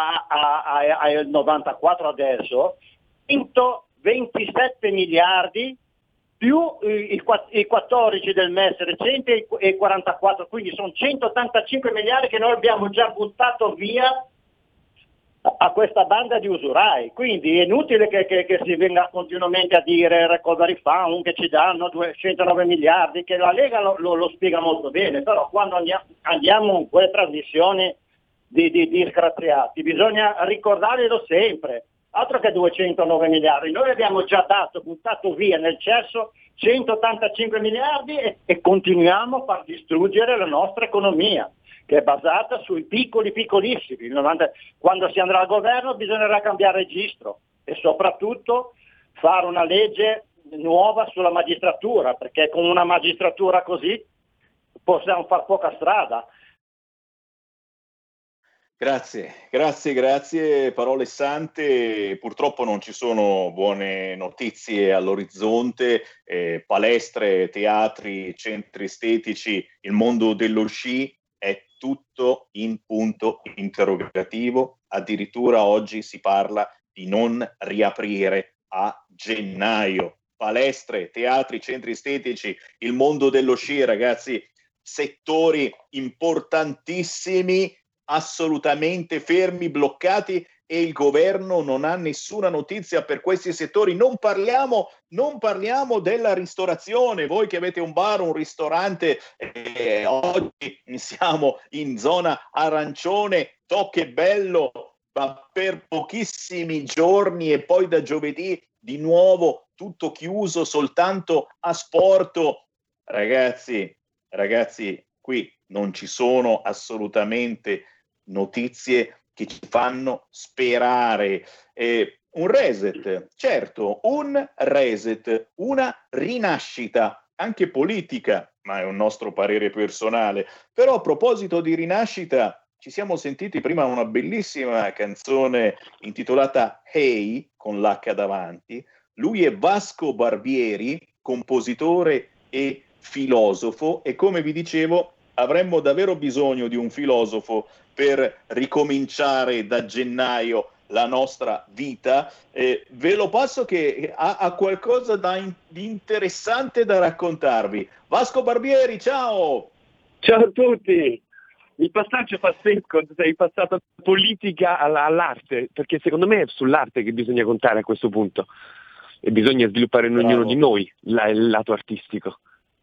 al novantaquattro adesso, centoventisette miliardi più i quattordici del M E S recente e i quarantaquattro, quindi sono centottantacinque miliardi che noi abbiamo già buttato via a questa banda di usurai. Quindi è inutile che, che, che si venga continuamente a dire recovery fund che ci danno duecentonove miliardi, che la Lega lo, lo, lo spiega molto bene, però quando andiamo, andiamo in quelle trasmissioni di, di, di disgraziati bisogna ricordarglielo sempre. Altro che duecentonove miliardi, noi abbiamo già dato, buttato via nel cesso centottantacinque miliardi e, e continuiamo a far distruggere la nostra economia, che è basata sui piccoli piccolissimi. Quando si andrà al governo bisognerà cambiare registro e soprattutto fare una legge nuova sulla magistratura, perché con una magistratura così possiamo far poca strada. Grazie, grazie, grazie, parole sante. Purtroppo non ci sono buone notizie all'orizzonte, eh, palestre, teatri, centri estetici, il mondo dello sci è tutto in punto interrogativo. Addirittura oggi si parla di non riaprire a gennaio. Palestre, teatri, centri estetici, il mondo dello sci, ragazzi, settori importantissimi, assolutamente fermi, bloccati, e il governo non ha nessuna notizia per questi settori. Non parliamo, non parliamo della ristorazione. Voi che avete un bar, un ristorante, eh, oggi siamo in zona arancione, to che bello, ma per pochissimi giorni e poi da giovedì di nuovo tutto chiuso, soltanto asporto. Ragazzi, ragazzi, qui non ci sono assolutamente notizie che ci fanno sperare. Eh, un reset, certo, un reset, una rinascita, anche politica, ma è un nostro parere personale. Però a proposito di rinascita, ci siamo sentiti prima una bellissima canzone intitolata Hey, con l'H davanti. Lui è Vasco Barbieri, compositore e filosofo, e come vi dicevo avremmo davvero bisogno di un filosofo per ricominciare da gennaio la nostra vita. Eh, ve lo passo che ha, ha qualcosa da in, di interessante da raccontarvi. Vasco Barbieri, ciao! Ciao a tutti! Il passaggio pazzesco, sei passato da politica alla, all'arte, perché secondo me è sull'arte che bisogna contare a questo punto e bisogna sviluppare in ognuno di noi la, il lato artistico.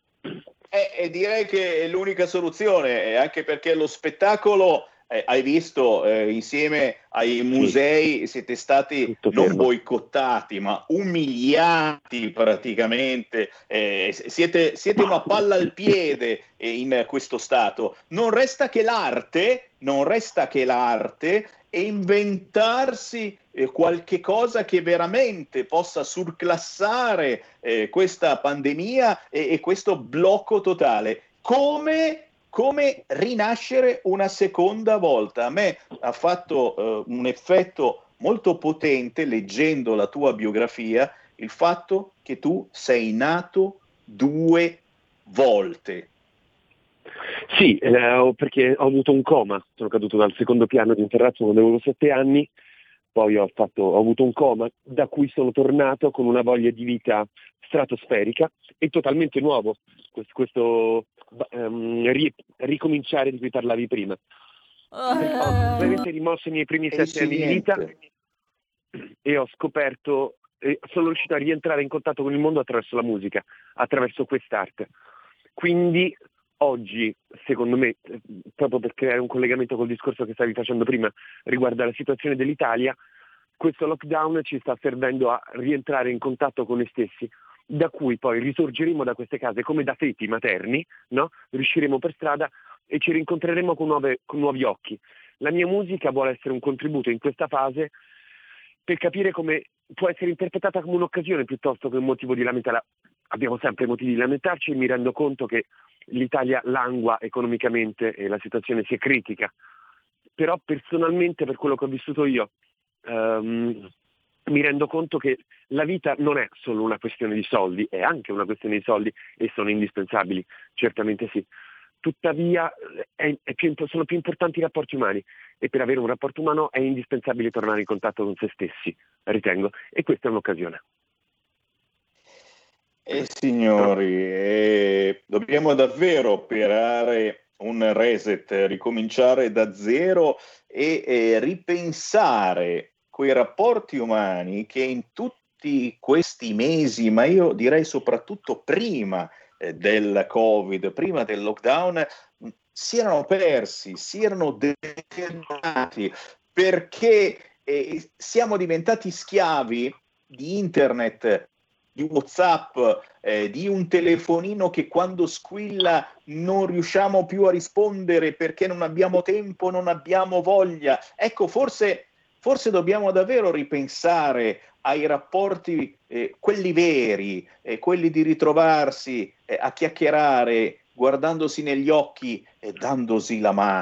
Eh, e direi che è l'unica soluzione, anche perché lo spettacolo, eh, hai visto, eh, insieme ai musei siete stati Tutto non fermo. boicottati, ma umiliati praticamente. Eh, siete, siete una palla al piede in questo stato. Non resta che l'arte, non resta che l'arte e inventarsi eh, qualche cosa che veramente possa surclassare eh, questa pandemia e, e questo blocco totale. Come, come rinascere una seconda volta? A me ha fatto eh, un effetto molto potente, leggendo la tua biografia, il fatto che tu sei nato due volte. Sì, eh, perché ho avuto un coma, sono caduto dal secondo piano di un terrazzo quando avevo sette anni, poi ho, fatto, ho avuto un coma da cui sono tornato con una voglia di vita stratosferica e totalmente nuovo, questo, questo um, ri, ricominciare di cui parlavi prima. Ho veramente rimosso i miei primi sette anni di vita e ho scoperto, e sono riuscito a rientrare in contatto con il mondo attraverso la musica, attraverso quest'arte. Quindi oggi, secondo me, proprio per creare un collegamento col discorso che stavi facendo prima riguardo alla situazione dell'Italia, questo lockdown ci sta servendo a rientrare in contatto con noi stessi, da cui poi risorgeremo da queste case come da feti materni, no? Riusciremo per strada e ci rincontreremo con, nuove, con nuovi occhi. La mia musica vuole essere un contributo in questa fase per capire come può essere interpretata come un'occasione piuttosto che un motivo di lamentela. Abbiamo sempre motivi di lamentarci e mi rendo conto che l'Italia langua economicamente e la situazione sia critica, però personalmente, per quello che ho vissuto io, um, mi rendo conto che la vita non è solo una questione di soldi, è anche una questione di soldi e sono indispensabili, certamente sì. Tuttavia è, è più, sono più importanti i rapporti umani e per avere un rapporto umano è indispensabile tornare in contatto con se stessi, ritengo, e questa è un'occasione. Eh, signori, eh, dobbiamo davvero operare un reset, ricominciare da zero e eh, ripensare quei rapporti umani che in tutti questi mesi, ma io direi soprattutto prima eh, del Covid, prima del lockdown, si erano persi, si erano deteriorati, perché eh, siamo diventati schiavi di internet, di WhatsApp, eh, di un telefonino che quando squilla non riusciamo più a rispondere perché non abbiamo tempo, non abbiamo voglia. Ecco, forse, forse dobbiamo davvero ripensare ai rapporti, eh, quelli veri, eh, quelli di ritrovarsi eh, a chiacchierare, guardandosi negli occhi e dandosi la mano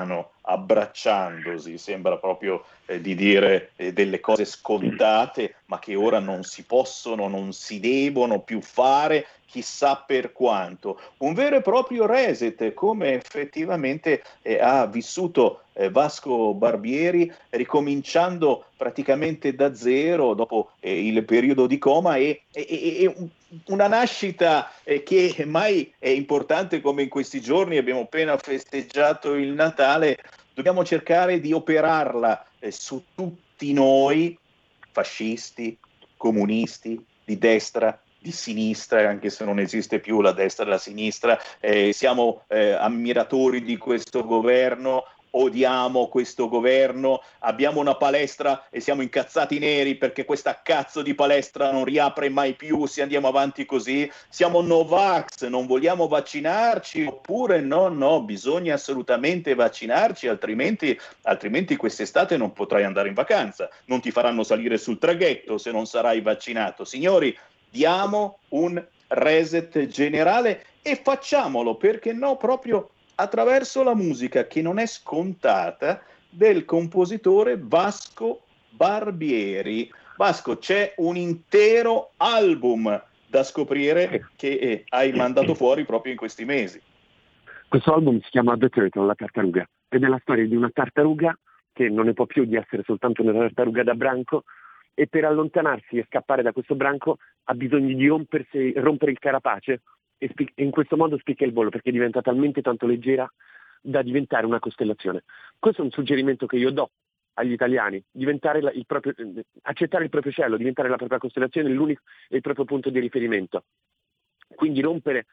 abbracciandosi, sembra proprio eh, di dire eh, delle cose scontate, ma che ora non si possono, non si devono più fare, chissà per quanto. Un vero e proprio reset, come effettivamente eh, ha vissuto eh, Vasco Barbieri, ricominciando praticamente da zero dopo eh, il periodo di coma, e, e, e una nascita eh, che mai è importante come in questi giorni. Abbiamo appena festeggiato il Natale, dobbiamo cercare di operarla eh, su tutti noi, fascisti, comunisti, di destra, di sinistra, anche se non esiste più la destra e la sinistra, eh, siamo eh, ammiratori di questo governo, odiamo questo governo, abbiamo una palestra e siamo incazzati neri perché questa cazzo di palestra non riapre mai più se andiamo avanti così, siamo Novax, non vogliamo vaccinarci, oppure no, no, bisogna assolutamente vaccinarci, altrimenti, altrimenti quest'estate non potrai andare in vacanza, non ti faranno salire sul traghetto se non sarai vaccinato. Signori, diamo un reset generale e facciamolo, perché no, proprio attraverso la musica, che non è scontata, del compositore Vasco Barbieri. Vasco, c'è un intero album da scoprire che eh, hai mandato fuori proprio in questi mesi. Questo album si chiama The Turtle, la tartaruga, ed è la storia di una tartaruga che non ne può più di essere soltanto una tartaruga da branco, e per allontanarsi e scappare da questo branco ha bisogno di rompersi, rompere il carapace, e, spi- e in questo modo spicca il volo, perché diventa talmente tanto leggera da diventare una costellazione. Questo è un suggerimento che io do agli italiani: diventare la, il proprio, accettare il proprio cielo, diventare la propria costellazione, l'unico e il proprio punto di riferimento. Quindi rompere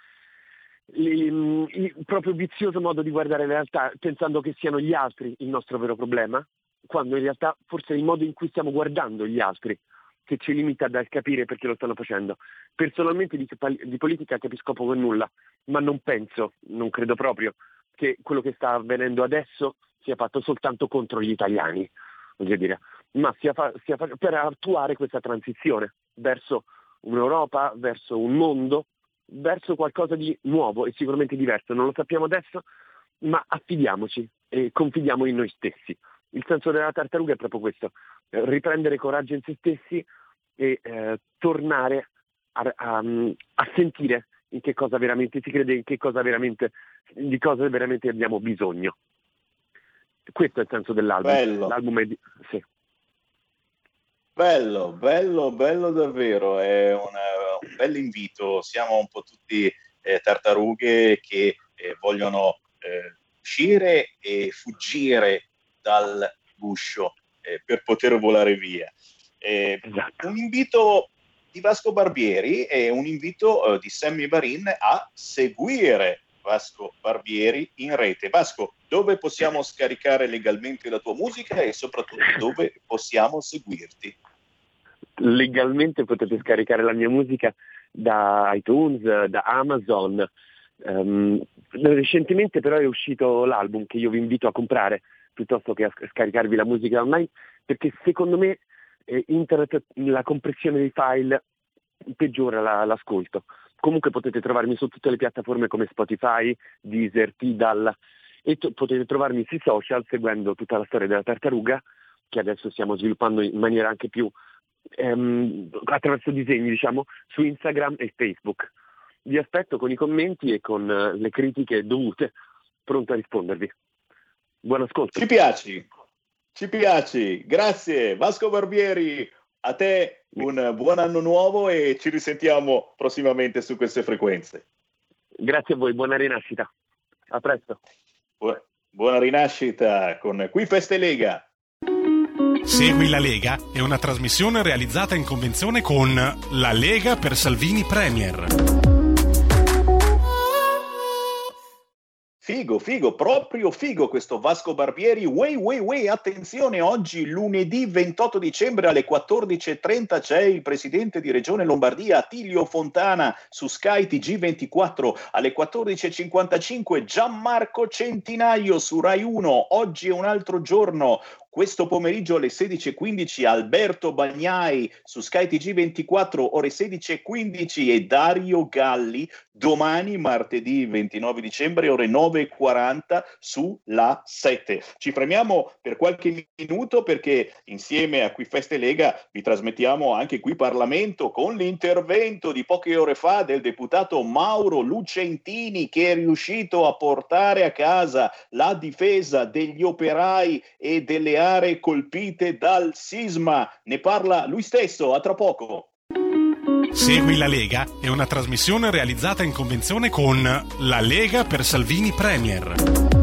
il, il proprio vizioso modo di guardare la realtà, pensando che siano gli altri il nostro vero problema, quando in realtà forse è il modo in cui stiamo guardando gli altri che ci limita dal capire perché lo stanno facendo. Personalmente di, di politica capisco poco e nulla, ma non penso, non credo proprio, che quello che sta avvenendo adesso sia fatto soltanto contro gli italiani, voglio dire, ma sia, fa, sia fa, per attuare questa transizione verso un'Europa, verso un mondo, verso qualcosa di nuovo e sicuramente diverso. Non lo sappiamo adesso, ma affidiamoci e confidiamo in noi stessi. Il senso della tartaruga è proprio questo: riprendere coraggio in se stessi e eh, tornare a, a, a sentire in che cosa veramente si crede, in che cosa veramente, di cosa veramente abbiamo bisogno. Questo è il senso dell'album. Bello. L'album è di... sì. Bello, bello, bello davvero, è una, un bel invito. Siamo un po' tutti eh, tartarughe che eh, vogliono eh, uscire e fuggire dal guscio eh, per poter volare via. Eh, esatto. Un invito di Vasco Barbieri e un invito eh, di Sammy Varin a seguire Vasco Barbieri in rete. Vasco, dove possiamo scaricare legalmente la tua musica e soprattutto dove possiamo seguirti? Legalmente potete scaricare la mia musica da iTunes, da Amazon. Um, recentemente però è uscito l'album, che io vi invito a comprare piuttosto che a scaricarvi la musica online, perché secondo me eh, internet, la compressione dei file peggiora la, l'ascolto. Comunque potete trovarmi su tutte le piattaforme come Spotify, Deezer, Tidal, e to- potete trovarmi sui social seguendo tutta la storia della tartaruga, che adesso stiamo sviluppando in maniera anche più ehm, attraverso disegni, diciamo, su Instagram e Facebook. Vi aspetto con i commenti e con uh, le critiche dovute, pronto a rispondervi. Buon ascolto. Ci piaci, ci piaci. Grazie Vasco Barbieri, a te un buon anno nuovo e ci risentiamo prossimamente su queste frequenze. Grazie a voi, buona rinascita. A presto. Bu- buona rinascita con Qui Feste Lega. Segui la Lega è una trasmissione realizzata in convenzione con La Lega per Salvini Premier. Figo, figo, proprio figo questo Vasco Barbieri. Wey, wey, wey, attenzione, oggi lunedì ventotto dicembre alle quattordici e trenta c'è il presidente di Regione Lombardia Attilio Fontana su Sky T G ventiquattro, alle quattordici e cinquantacinque Gianmarco Centinaio su Rai uno, Oggi è un altro giorno, questo pomeriggio alle sedici e quindici Alberto Bagnai su Sky T G ventiquattro, ore sedici e quindici, e Dario Galli domani martedì ventinove dicembre ore nove e quaranta su La sette. Ci fermiamo per qualche minuto perché insieme a Qui Feste Lega vi trasmettiamo anche Qui Parlamento con l'intervento di poche ore fa del deputato Mauro Lucentini, che è riuscito a portare a casa la difesa degli operai e delle aree colpite dal sisma. Ne parla lui stesso, a tra poco. Segui la Lega è una trasmissione realizzata in convenzione con La Lega per Salvini Premier.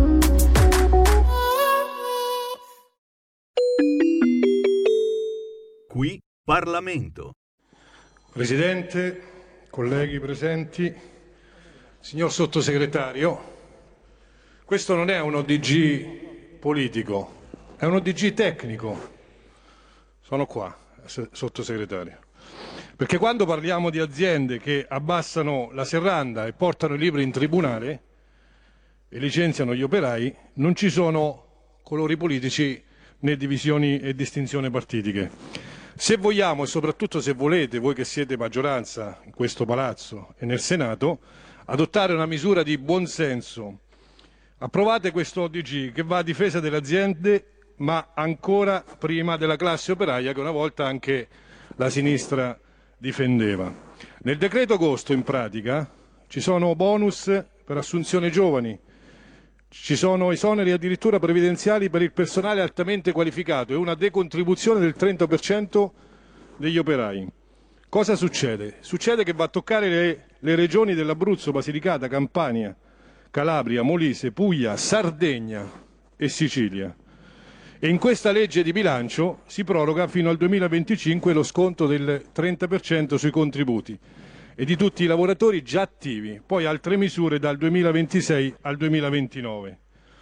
Qui Parlamento. Presidente, colleghi presenti, signor Sottosegretario, questo non è un O D G politico, è un O D G tecnico. Sono qua, Sottosegretario. Perché quando parliamo di aziende che abbassano la serranda e portano i libri in tribunale e licenziano gli operai, non ci sono colori politici né divisioni e distinzioni partitiche. Se vogliamo, e soprattutto se volete, voi che siete maggioranza in questo Palazzo e nel Senato, adottare una misura di buonsenso, approvate questo O D G che va a difesa delle aziende, ma ancora prima della classe operaia che una volta anche la sinistra difendeva. Nel decreto agosto, in pratica, ci sono bonus per assunzione giovani, ci sono esoneri addirittura previdenziali per il personale altamente qualificato e una decontribuzione del trenta per cento degli operai. Cosa succede? Succede che va a toccare le, le regioni dell'Abruzzo, Basilicata, Campania, Calabria, Molise, Puglia, Sardegna e Sicilia. E in questa legge di bilancio si proroga fino al duemilaventicinque lo sconto del trenta per cento sui contributi e di tutti i lavoratori già attivi, poi altre misure dal duemilaventisei al duemilaventinove.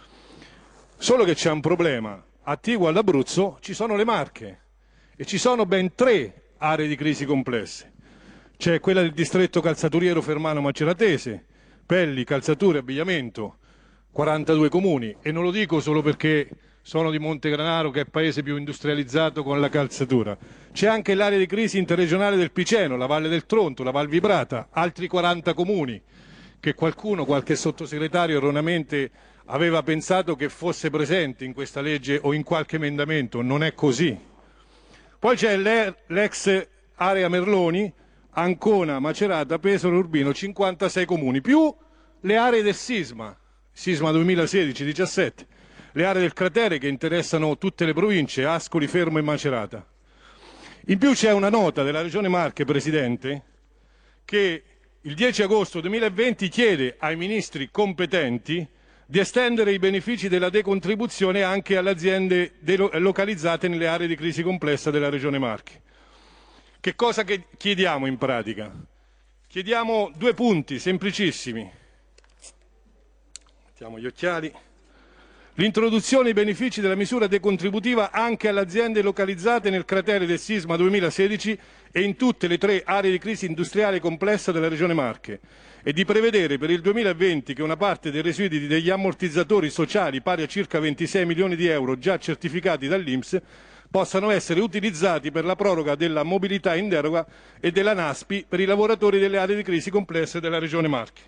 Solo che c'è un problema: attiguo all'Abruzzo ci sono le Marche e ci sono ben tre aree di crisi complesse. C'è quella del distretto calzaturiero Fermano Maceratese, Pelli, Calzature, Abbigliamento, quarantadue comuni, e non lo dico solo perché sono di Montegranaro, che è il paese più industrializzato con la calzatura. C'è anche l'area di crisi interregionale del Piceno, la Valle del Tronto, la Val Vibrata, altri quaranta comuni, che qualcuno, qualche sottosegretario erroneamente aveva pensato che fosse presente in questa legge o in qualche emendamento. Non è così. Poi c'è l'ex area Merloni, Ancona, Macerata, Pesaro, Urbino, cinquantasei comuni, più le aree del sisma, sisma duemilasedici diciassette, le aree del cratere che interessano tutte le province, Ascoli, Fermo e Macerata. In più c'è una nota della Regione Marche, Presidente, che il dieci agosto duemilaventi chiede ai ministri competenti di estendere i benefici della decontribuzione anche alle aziende localizzate nelle aree di crisi complessa della Regione Marche. Che cosa che chiediamo in pratica? Chiediamo due punti semplicissimi. Mettiamo gli occhiali. L'introduzione dei benefici della misura decontributiva anche alle aziende localizzate nel cratere del sisma duemilasedici e in tutte le tre aree di crisi industriale complessa della Regione Marche, e di prevedere per il duemilaventi che una parte dei residui degli ammortizzatori sociali pari a circa ventisei milioni di euro già certificati dall'I N P S possano essere utilizzati per la proroga della mobilità in deroga e della NASPI per i lavoratori delle aree di crisi complesse della Regione Marche.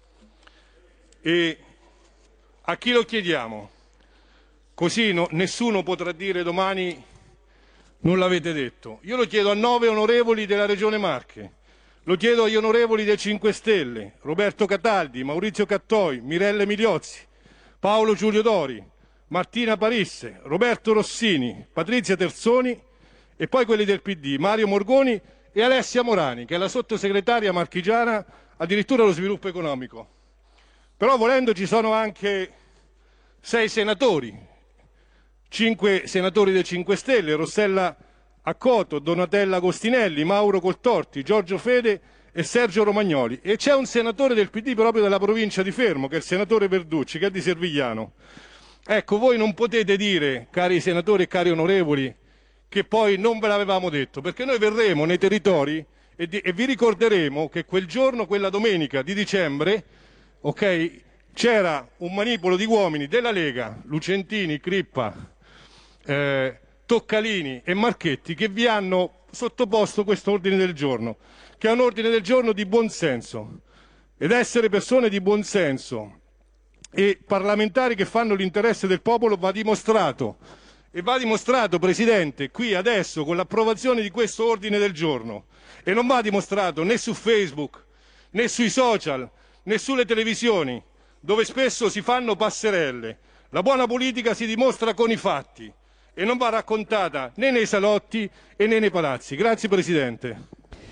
E a chi lo chiediamo? Così no, nessuno potrà dire domani non l'avete detto. Io lo chiedo a nove onorevoli della Regione Marche, lo chiedo agli onorevoli dei cinque Stelle, Roberto Cataldi, Maurizio Cattoi, Mirelle Migliozzi, Paolo Giulio Dori, Martina Parisse, Roberto Rossini, Patrizia Terzoni e poi quelli del P D, Mario Morgoni e Alessia Morani, che è la sottosegretaria marchigiana addirittura allo sviluppo economico. Però volendo ci sono anche sei senatori, cinque senatori dei cinque Stelle, Rossella Accoto, Donatella Agostinelli, Mauro Coltorti, Giorgio Fede e Sergio Romagnoli. E c'è un senatore del P D proprio della provincia di Fermo, che è il senatore Verducci, che è di Servigliano. Ecco, voi non potete dire, cari senatori e cari onorevoli, che poi non ve l'avevamo detto, perché noi verremo nei territori e, di, e vi ricorderemo che quel giorno, quella domenica di dicembre, ok, c'era un manipolo di uomini della Lega, Lucentini, Crippa, eh, Toccalini e Marchetti che vi hanno sottoposto questo ordine del giorno, che è un ordine del giorno di buonsenso, ed essere persone di buonsenso e parlamentari che fanno l'interesse del popolo va dimostrato, e va dimostrato, Presidente, qui adesso con l'approvazione di questo ordine del giorno, e non va dimostrato né su Facebook né sui social né sulle televisioni dove spesso si fanno passerelle. La buona politica si dimostra con i fatti e non va raccontata né nei salotti e né nei palazzi. Grazie Presidente.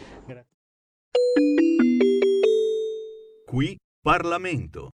Qui Parlamento.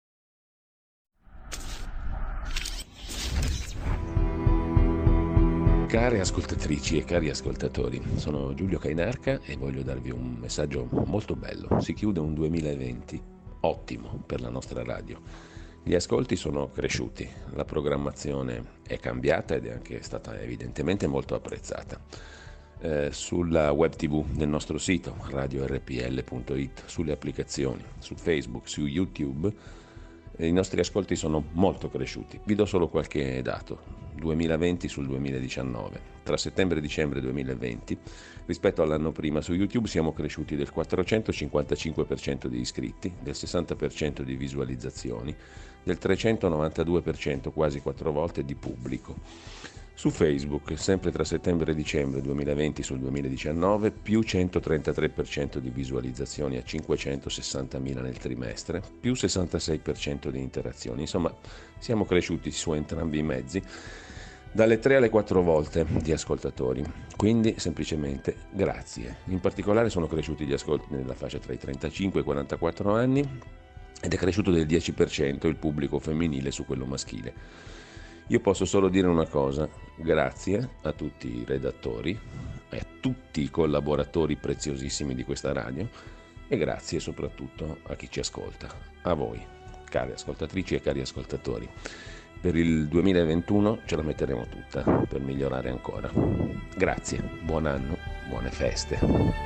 Care ascoltatrici e cari ascoltatori, sono Giulio Cainarca e voglio darvi un messaggio molto bello. Si chiude un duemilaventi ottimo per la nostra radio. Gli ascolti sono cresciuti, la programmazione è cambiata ed è anche stata evidentemente molto apprezzata. Eh, sulla web tv del nostro sito radio erre pi elle punto it, sulle applicazioni, su Facebook, su YouTube, eh, i nostri ascolti sono molto cresciuti. Vi do solo qualche dato. duemilaventi sul duemiladiciannove. Tra settembre e dicembre duemilaventi, rispetto all'anno prima, su YouTube siamo cresciuti del quattrocentocinquantacinque per cento di iscritti, del sessanta per cento di visualizzazioni, del trecentonovantadue per cento, quasi quattro volte, di pubblico. Su Facebook, sempre tra settembre e dicembre duemilaventi sul duemiladiciannove, più centotrentatré per cento di visualizzazioni a cinquecentosessantamila nel trimestre, più sessantasei per cento di interazioni. Insomma, siamo cresciuti su entrambi i mezzi, dalle tre alle quattro volte di ascoltatori. Quindi, semplicemente, grazie. In particolare sono cresciuti gli ascolti nella fascia tra i trentacinque e i quarantaquattro anni ed è cresciuto del dieci per cento il pubblico femminile su quello maschile. Io posso solo dire una cosa: grazie a tutti i redattori e a tutti i collaboratori preziosissimi di questa radio, e grazie soprattutto a chi ci ascolta, a voi, cari ascoltatrici e cari ascoltatori. Per il duemilaventuno ce la metteremo tutta per migliorare ancora. Grazie, buon anno, buone feste.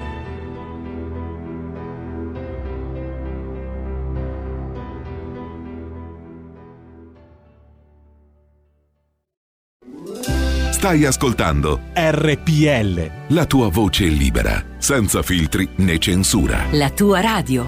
Stai ascoltando erre pi elle, la tua voce libera, senza filtri né censura. La tua radio.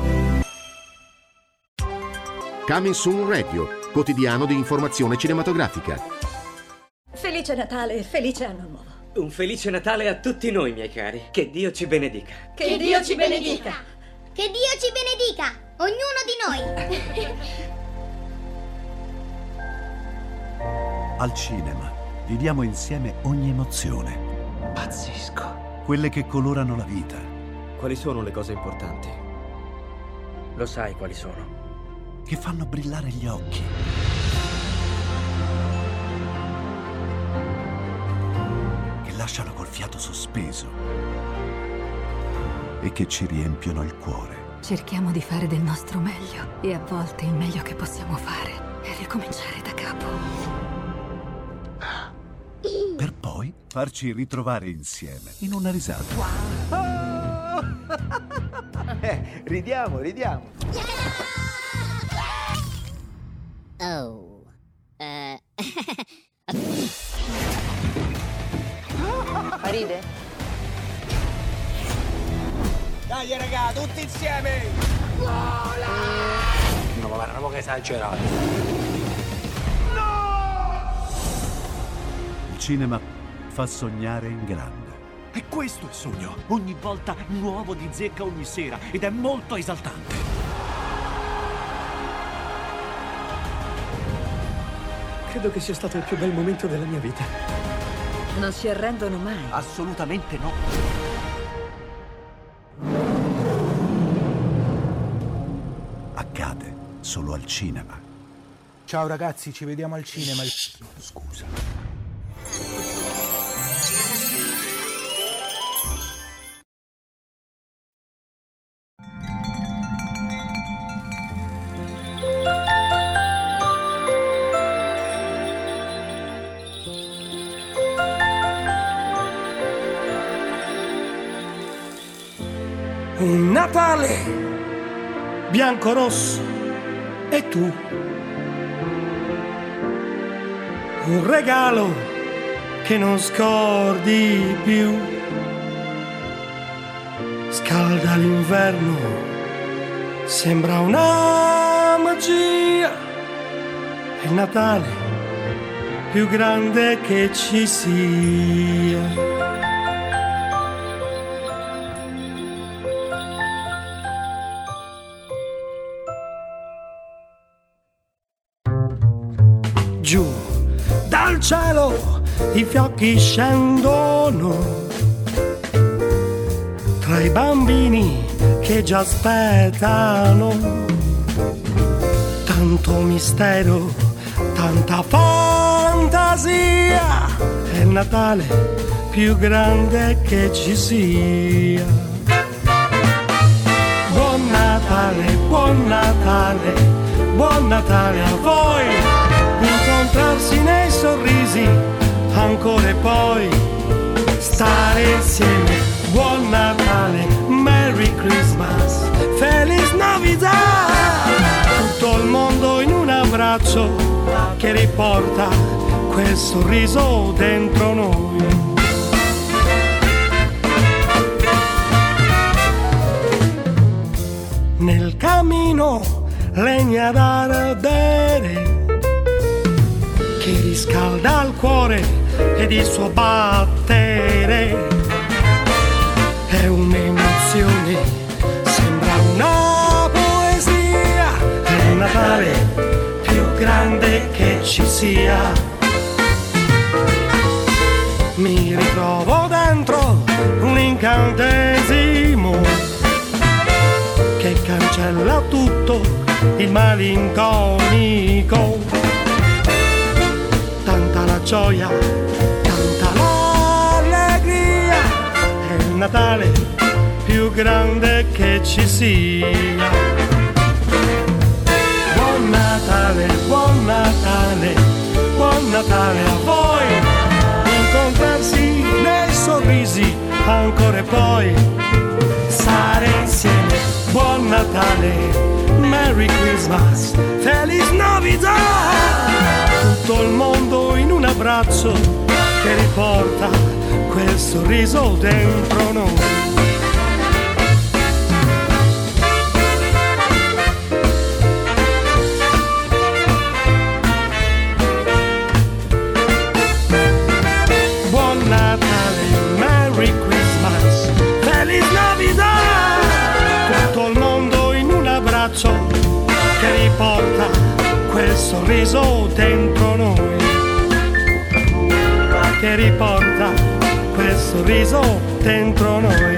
Coming Soon Radio, quotidiano di informazione cinematografica. Felice Natale e felice anno nuovo. Un felice Natale a tutti noi, miei cari. Che Dio ci benedica. Che, che Dio ci benedica. Che Dio ci benedica, ognuno di noi. Al cinema viviamo insieme ogni emozione. Pazzesco. Quelle che colorano la vita. Quali sono le cose importanti? Lo sai quali sono? Che fanno brillare gli occhi. Che lasciano col fiato sospeso. E che ci riempiono il cuore. Cerchiamo di fare del nostro meglio e a volte il meglio che possiamo fare è ricominciare da capo. Per poi farci ritrovare insieme in una risata. Wow. eh, ridiamo, ridiamo. Oh. Uh. Ride? Dai raga, tutti insieme! Vola! No, ma guarda, un po' che esagerato. Il cinema fa sognare in grande. E questo è il sogno. Ogni volta nuovo di zecca ogni sera ed è molto esaltante. Credo che sia stato il più bel momento della mia vita. Non si arrendono mai. Assolutamente no. Accade solo al cinema. Ciao ragazzi, ci vediamo al cinema. Scusa. Un Natale bianco-rosso e tu un regalo che non scordi più, scalda l'inverno, sembra una magia, è il Natale più grande che ci sia. Giù dal cielo i fiocchi scendono, tra i bambini che già aspettano, tanto mistero, tanta fantasia, è il Natale più grande che ci sia. Buon Natale, buon Natale, buon Natale a voi, incontrarsi nei sorrisi, ancora e poi stare insieme. Buon Natale, Merry Christmas, Feliz Navidad, tutto il mondo in un abbraccio che riporta quel sorriso dentro noi. Nel camino legna da ardere che riscalda il cuore ed il suo battere, è un'emozione, sembra una poesia, è il Natale più grande che ci sia. Mi ritrovo dentro un incantesimo che cancella tutto il malinconico, tanta la gioia, tanta l'allegria, è il Natale più grande che ci sia. Buon Natale, buon Natale, buon Natale a voi, incontrarsi nei sorrisi, ancora e poi stare insieme. Buon Natale, Merry Christmas, Feliz Navidad, tutto il mondo in un abbraccio che riporta quel sorriso dentro noi. Buon Natale, Merry Christmas, Feliz Navidad, tutto il mondo in un abbraccio che riporta quel sorriso dentro noi, che riporta quel sorriso dentro noi,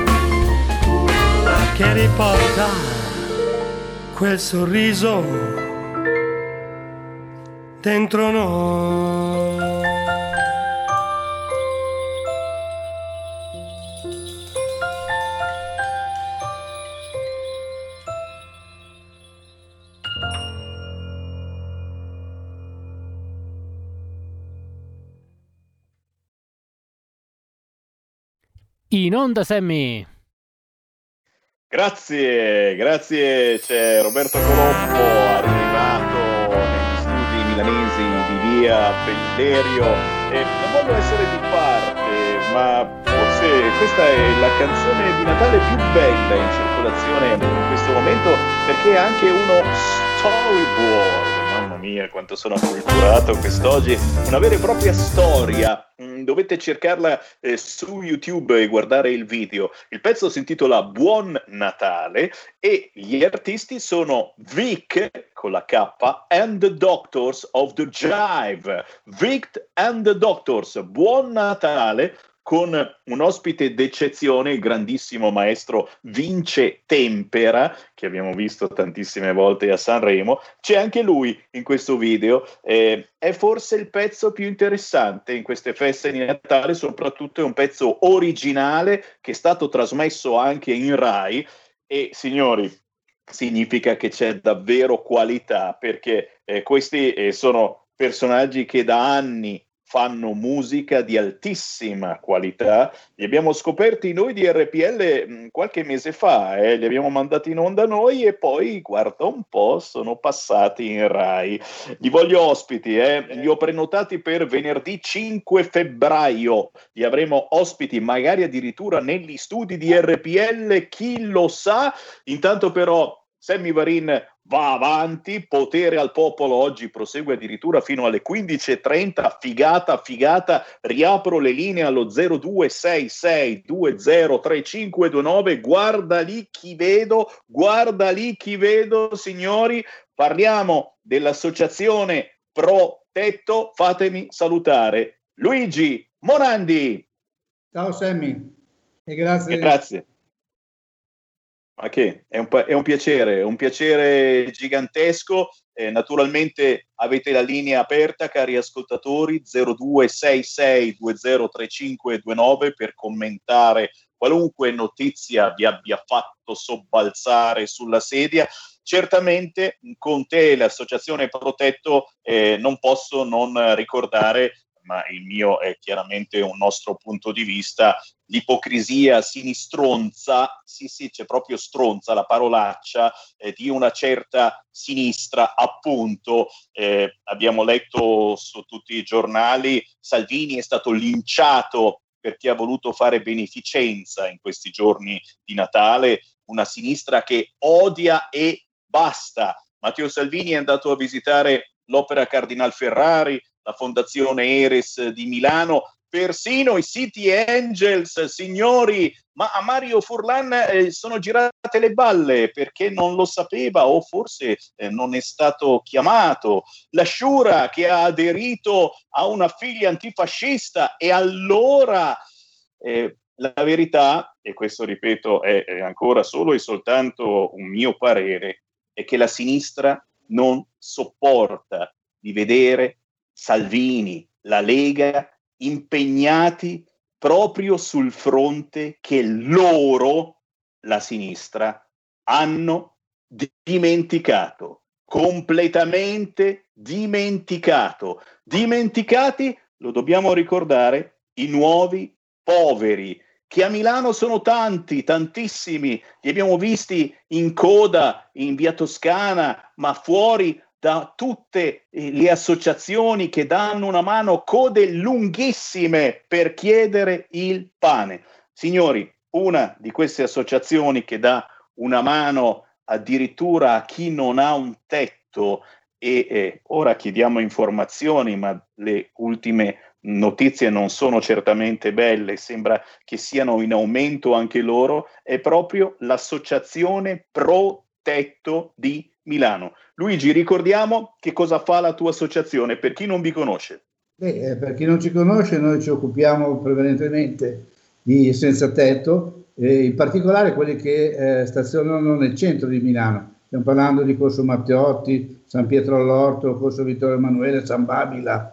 che riporta quel sorriso dentro noi. In onda, Sammy. Grazie, grazie. C'è Roberto Colombo, arrivato negli studi milanesi di via Bellerio. E non voglio essere di parte, ma forse questa è la canzone di Natale più bella in circolazione in questo momento, perché è anche uno storyboard. Mamma mia, quanto sono acculturato quest'oggi, una vera e propria storia. Dovete cercarla eh, su YouTube e guardare il video. Il pezzo si intitola Buon Natale e gli artisti sono Vic con la K and the Doctors of the Jive. Vic and the Doctors, Buon Natale, con un ospite d'eccezione, il grandissimo maestro Vince Tempera, che abbiamo visto tantissime volte a Sanremo. C'è anche lui in questo video, eh, è forse il pezzo più interessante in queste feste di Natale, soprattutto è un pezzo originale che è stato trasmesso anche in Rai e, signori, significa che c'è davvero qualità, perché eh, questi eh, sono personaggi che da anni fanno musica di altissima qualità. Li abbiamo scoperti noi di R P L mh, qualche mese fa, eh? Li abbiamo mandati in onda noi e poi, guarda un po', sono passati in Rai. Li voglio ospiti, eh? Li ho prenotati per venerdì cinque febbraio. Li avremo ospiti magari addirittura negli studi di R P L, chi lo sa. Intanto però Sammy Varin va avanti, Potere al Popolo oggi prosegue addirittura fino alle quindici e trenta, figata, figata, riapro le linee allo zero due sei sei due zero tre cinque due nove, guarda lì chi vedo, guarda lì chi vedo, signori, parliamo dell'associazione Pro Tetto, fatemi salutare Luigi Morandi. Ciao Sammy, e grazie. E grazie. Ma che è un, è un piacere, è un piacere gigantesco. Eh, naturalmente avete la linea aperta, cari ascoltatori, zero due sei sei due zero tre cinque due nove per commentare qualunque notizia vi abbia fatto sobbalzare sulla sedia. Certamente con te, l'associazione Protetto, eh, non posso non ricordare, ma il mio è chiaramente un nostro punto di vista, l'ipocrisia sinistronza, sì sì c'è proprio stronza, la parolaccia, eh, di una certa sinistra, appunto. Eh, abbiamo letto su tutti i giornali, Salvini è stato linciato perché ha voluto fare beneficenza in questi giorni di Natale, una sinistra che odia e basta. Matteo Salvini è andato a visitare l'Opera Cardinal Ferrari, la Fondazione Eres di Milano, persino i City Angels, signori, ma a Mario Furlan eh, sono girate le balle perché non lo sapeva o forse eh, non è stato chiamato. La Shura che ha aderito a una figlia antifascista, e allora eh, la verità, e questo ripeto è, è ancora solo e soltanto un mio parere, è che la sinistra non sopporta di vedere Salvini, la Lega, impegnati proprio sul fronte che loro, la sinistra, hanno dimenticato, completamente dimenticato. Dimenticati, lo dobbiamo ricordare, i nuovi poveri, che a Milano sono tanti, tantissimi, li abbiamo visti in coda in via Toscana, ma fuori da tutte le associazioni che danno una mano, code lunghissime per chiedere il pane. Signori, una di queste associazioni che dà una mano addirittura a chi non ha un tetto, e eh, ora chiediamo informazioni, ma le ultime notizie non sono certamente belle, sembra che siano in aumento anche loro, è proprio l'Associazione Pro Tetto di Milano. Luigi, ricordiamo che cosa fa la tua associazione per chi non vi conosce. Beh, per chi non ci conosce, noi ci occupiamo prevalentemente di senza tetto, eh, in particolare quelli che eh, stazionano nel centro di Milano. Stiamo parlando di Corso Matteotti, San Pietro all'Orto, Corso Vittorio Emanuele, San Babila,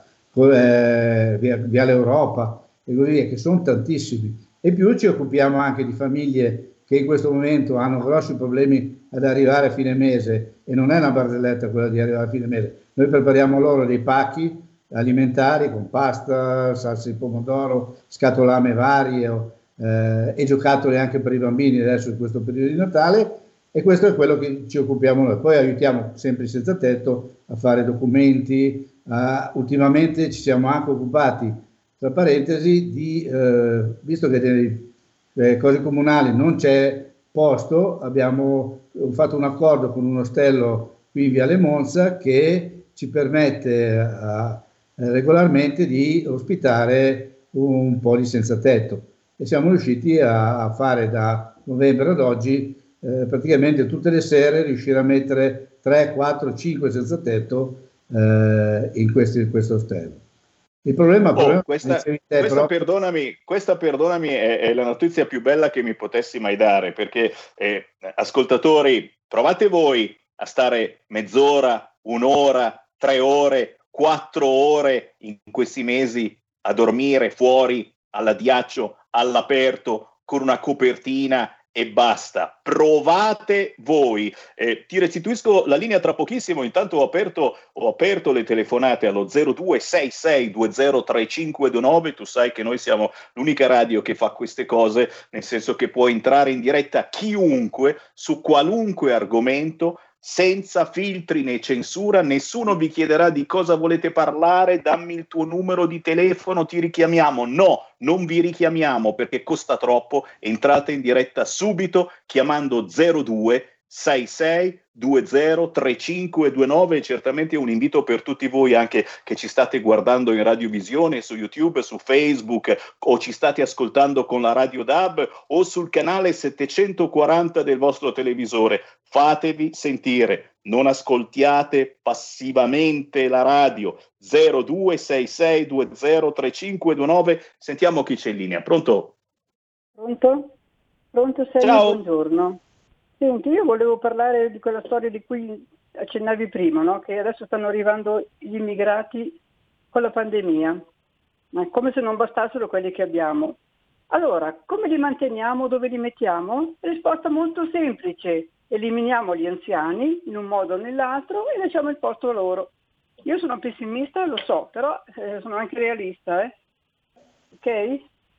eh, via, Viale Europa e così via, che sono tantissimi. E più ci occupiamo anche di famiglie che in questo momento hanno grossi problemi ad arrivare a fine mese, e non è una barzelletta quella di arrivare a fine mese. Noi prepariamo loro dei pacchi alimentari con pasta, salsa di pomodoro, scatolame varie eh, e giocattoli anche per i bambini adesso in questo periodo di Natale, e questo è quello che ci occupiamo noi. Poi aiutiamo sempre i senza tetto a fare documenti. Uh, ultimamente ci siamo anche occupati, tra parentesi, di, eh, visto che nelle eh, cose comunali non c'è posto, abbiamo fatto un accordo con un ostello qui in Viale Monza che ci permette uh, regolarmente di ospitare un po' di senza tetto, e siamo riusciti a, a fare da novembre ad oggi eh, praticamente tutte le sere riuscire a mettere tre, quattro, cinque senza tetto eh, in, questo, in questo ostello. Il problema, oh, problema questa, te, questa, però... perdonami, questa perdonami è, è la notizia più bella che mi potessi mai dare, perché eh, ascoltatori, provate voi a stare mezz'ora, un'ora, tre ore, quattro ore in questi mesi a dormire fuori all'addiaccio, all'aperto, con una copertina e basta, provate voi. Eh, ti restituisco la linea tra pochissimo, intanto ho aperto, ho aperto le telefonate allo zero due sei sei due zero tre cinque due nove, tu sai che noi siamo l'unica radio che fa queste cose, nel senso che può entrare in diretta chiunque, su qualunque argomento, senza filtri né censura, nessuno vi chiederà di cosa volete parlare, dammi il tuo numero di telefono, ti richiamiamo. No, non vi richiamiamo perché costa troppo, entrate in diretta subito chiamando zero due sei sei due zero tre cinque due nove. Certamente un invito per tutti voi anche che ci state guardando in radiovisione, su YouTube, su Facebook, o ci state ascoltando con la Radio D A B o sul canale settecentoquaranta del vostro televisore. Fatevi sentire, non ascoltiate passivamente la radio. Zero due sei sei due zero tre cinque due nove. Sentiamo chi c'è in linea. Pronto? Pronto? Pronto, sei? Ciao. Buongiorno. Senti, io volevo parlare di quella storia di cui accennavi prima, no? Che adesso stanno arrivando gli immigrati con la pandemia, ma come se non bastassero quelli che abbiamo. Allora, come li manteniamo, dove li mettiamo? Risposta molto semplice: eliminiamo gli anziani in un modo o nell'altro e lasciamo il posto a loro. Io sono pessimista, lo so, però eh, sono anche realista, eh? Ok?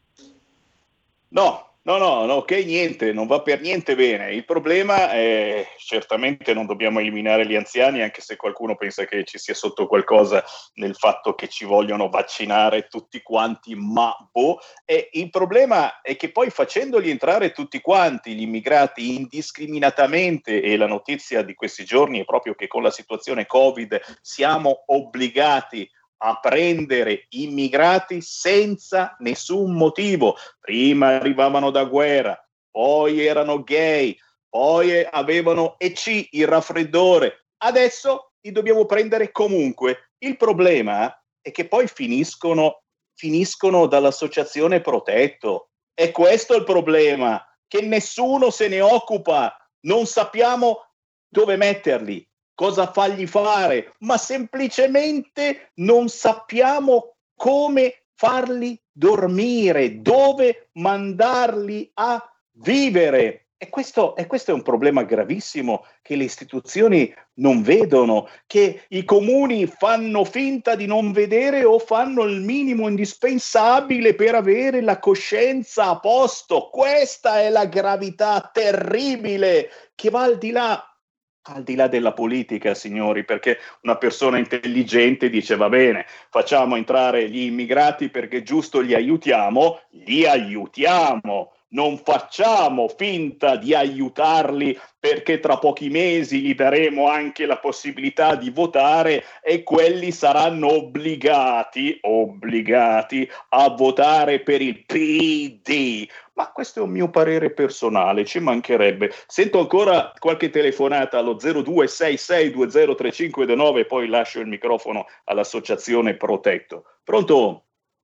No. No, no, no, ok, niente, non va per niente bene. Il problema è certamente non dobbiamo eliminare gli anziani, anche se qualcuno pensa che ci sia sotto qualcosa nel fatto che ci vogliono vaccinare tutti quanti, ma boh. E il problema è che poi facendoli entrare tutti quanti, gli immigrati indiscriminatamente, e la notizia di questi giorni è proprio che con la situazione Covid siamo obbligati a prendere immigrati senza nessun motivo. Prima arrivavano da guerra, poi erano gay, poi avevano E C, il raffreddore, adesso li dobbiamo prendere comunque. Il problema è che poi finiscono, finiscono dall'associazione Protetto. E questo è il problema, che nessuno se ne occupa, non sappiamo dove metterli, cosa fargli fare, ma semplicemente non sappiamo come farli dormire, dove mandarli a vivere. E questo, e questo è un problema gravissimo che le istituzioni non vedono, che i comuni fanno finta di non vedere o fanno il minimo indispensabile per avere la coscienza a posto. Questa è la gravità terribile che va al di là al di là della politica, signori, perché una persona intelligente dice va bene, facciamo entrare gli immigrati perché giusto li aiutiamo, li aiutiamo, non facciamo finta di aiutarli perché tra pochi mesi gli daremo anche la possibilità di votare e quelli saranno obbligati, obbligati a votare per il P D. Ma questo è un mio parere personale, ci mancherebbe. Sento ancora qualche telefonata allo zero due sei sei due zero tre cinque due nove e poi lascio il microfono all'associazione Protetto. Pronto?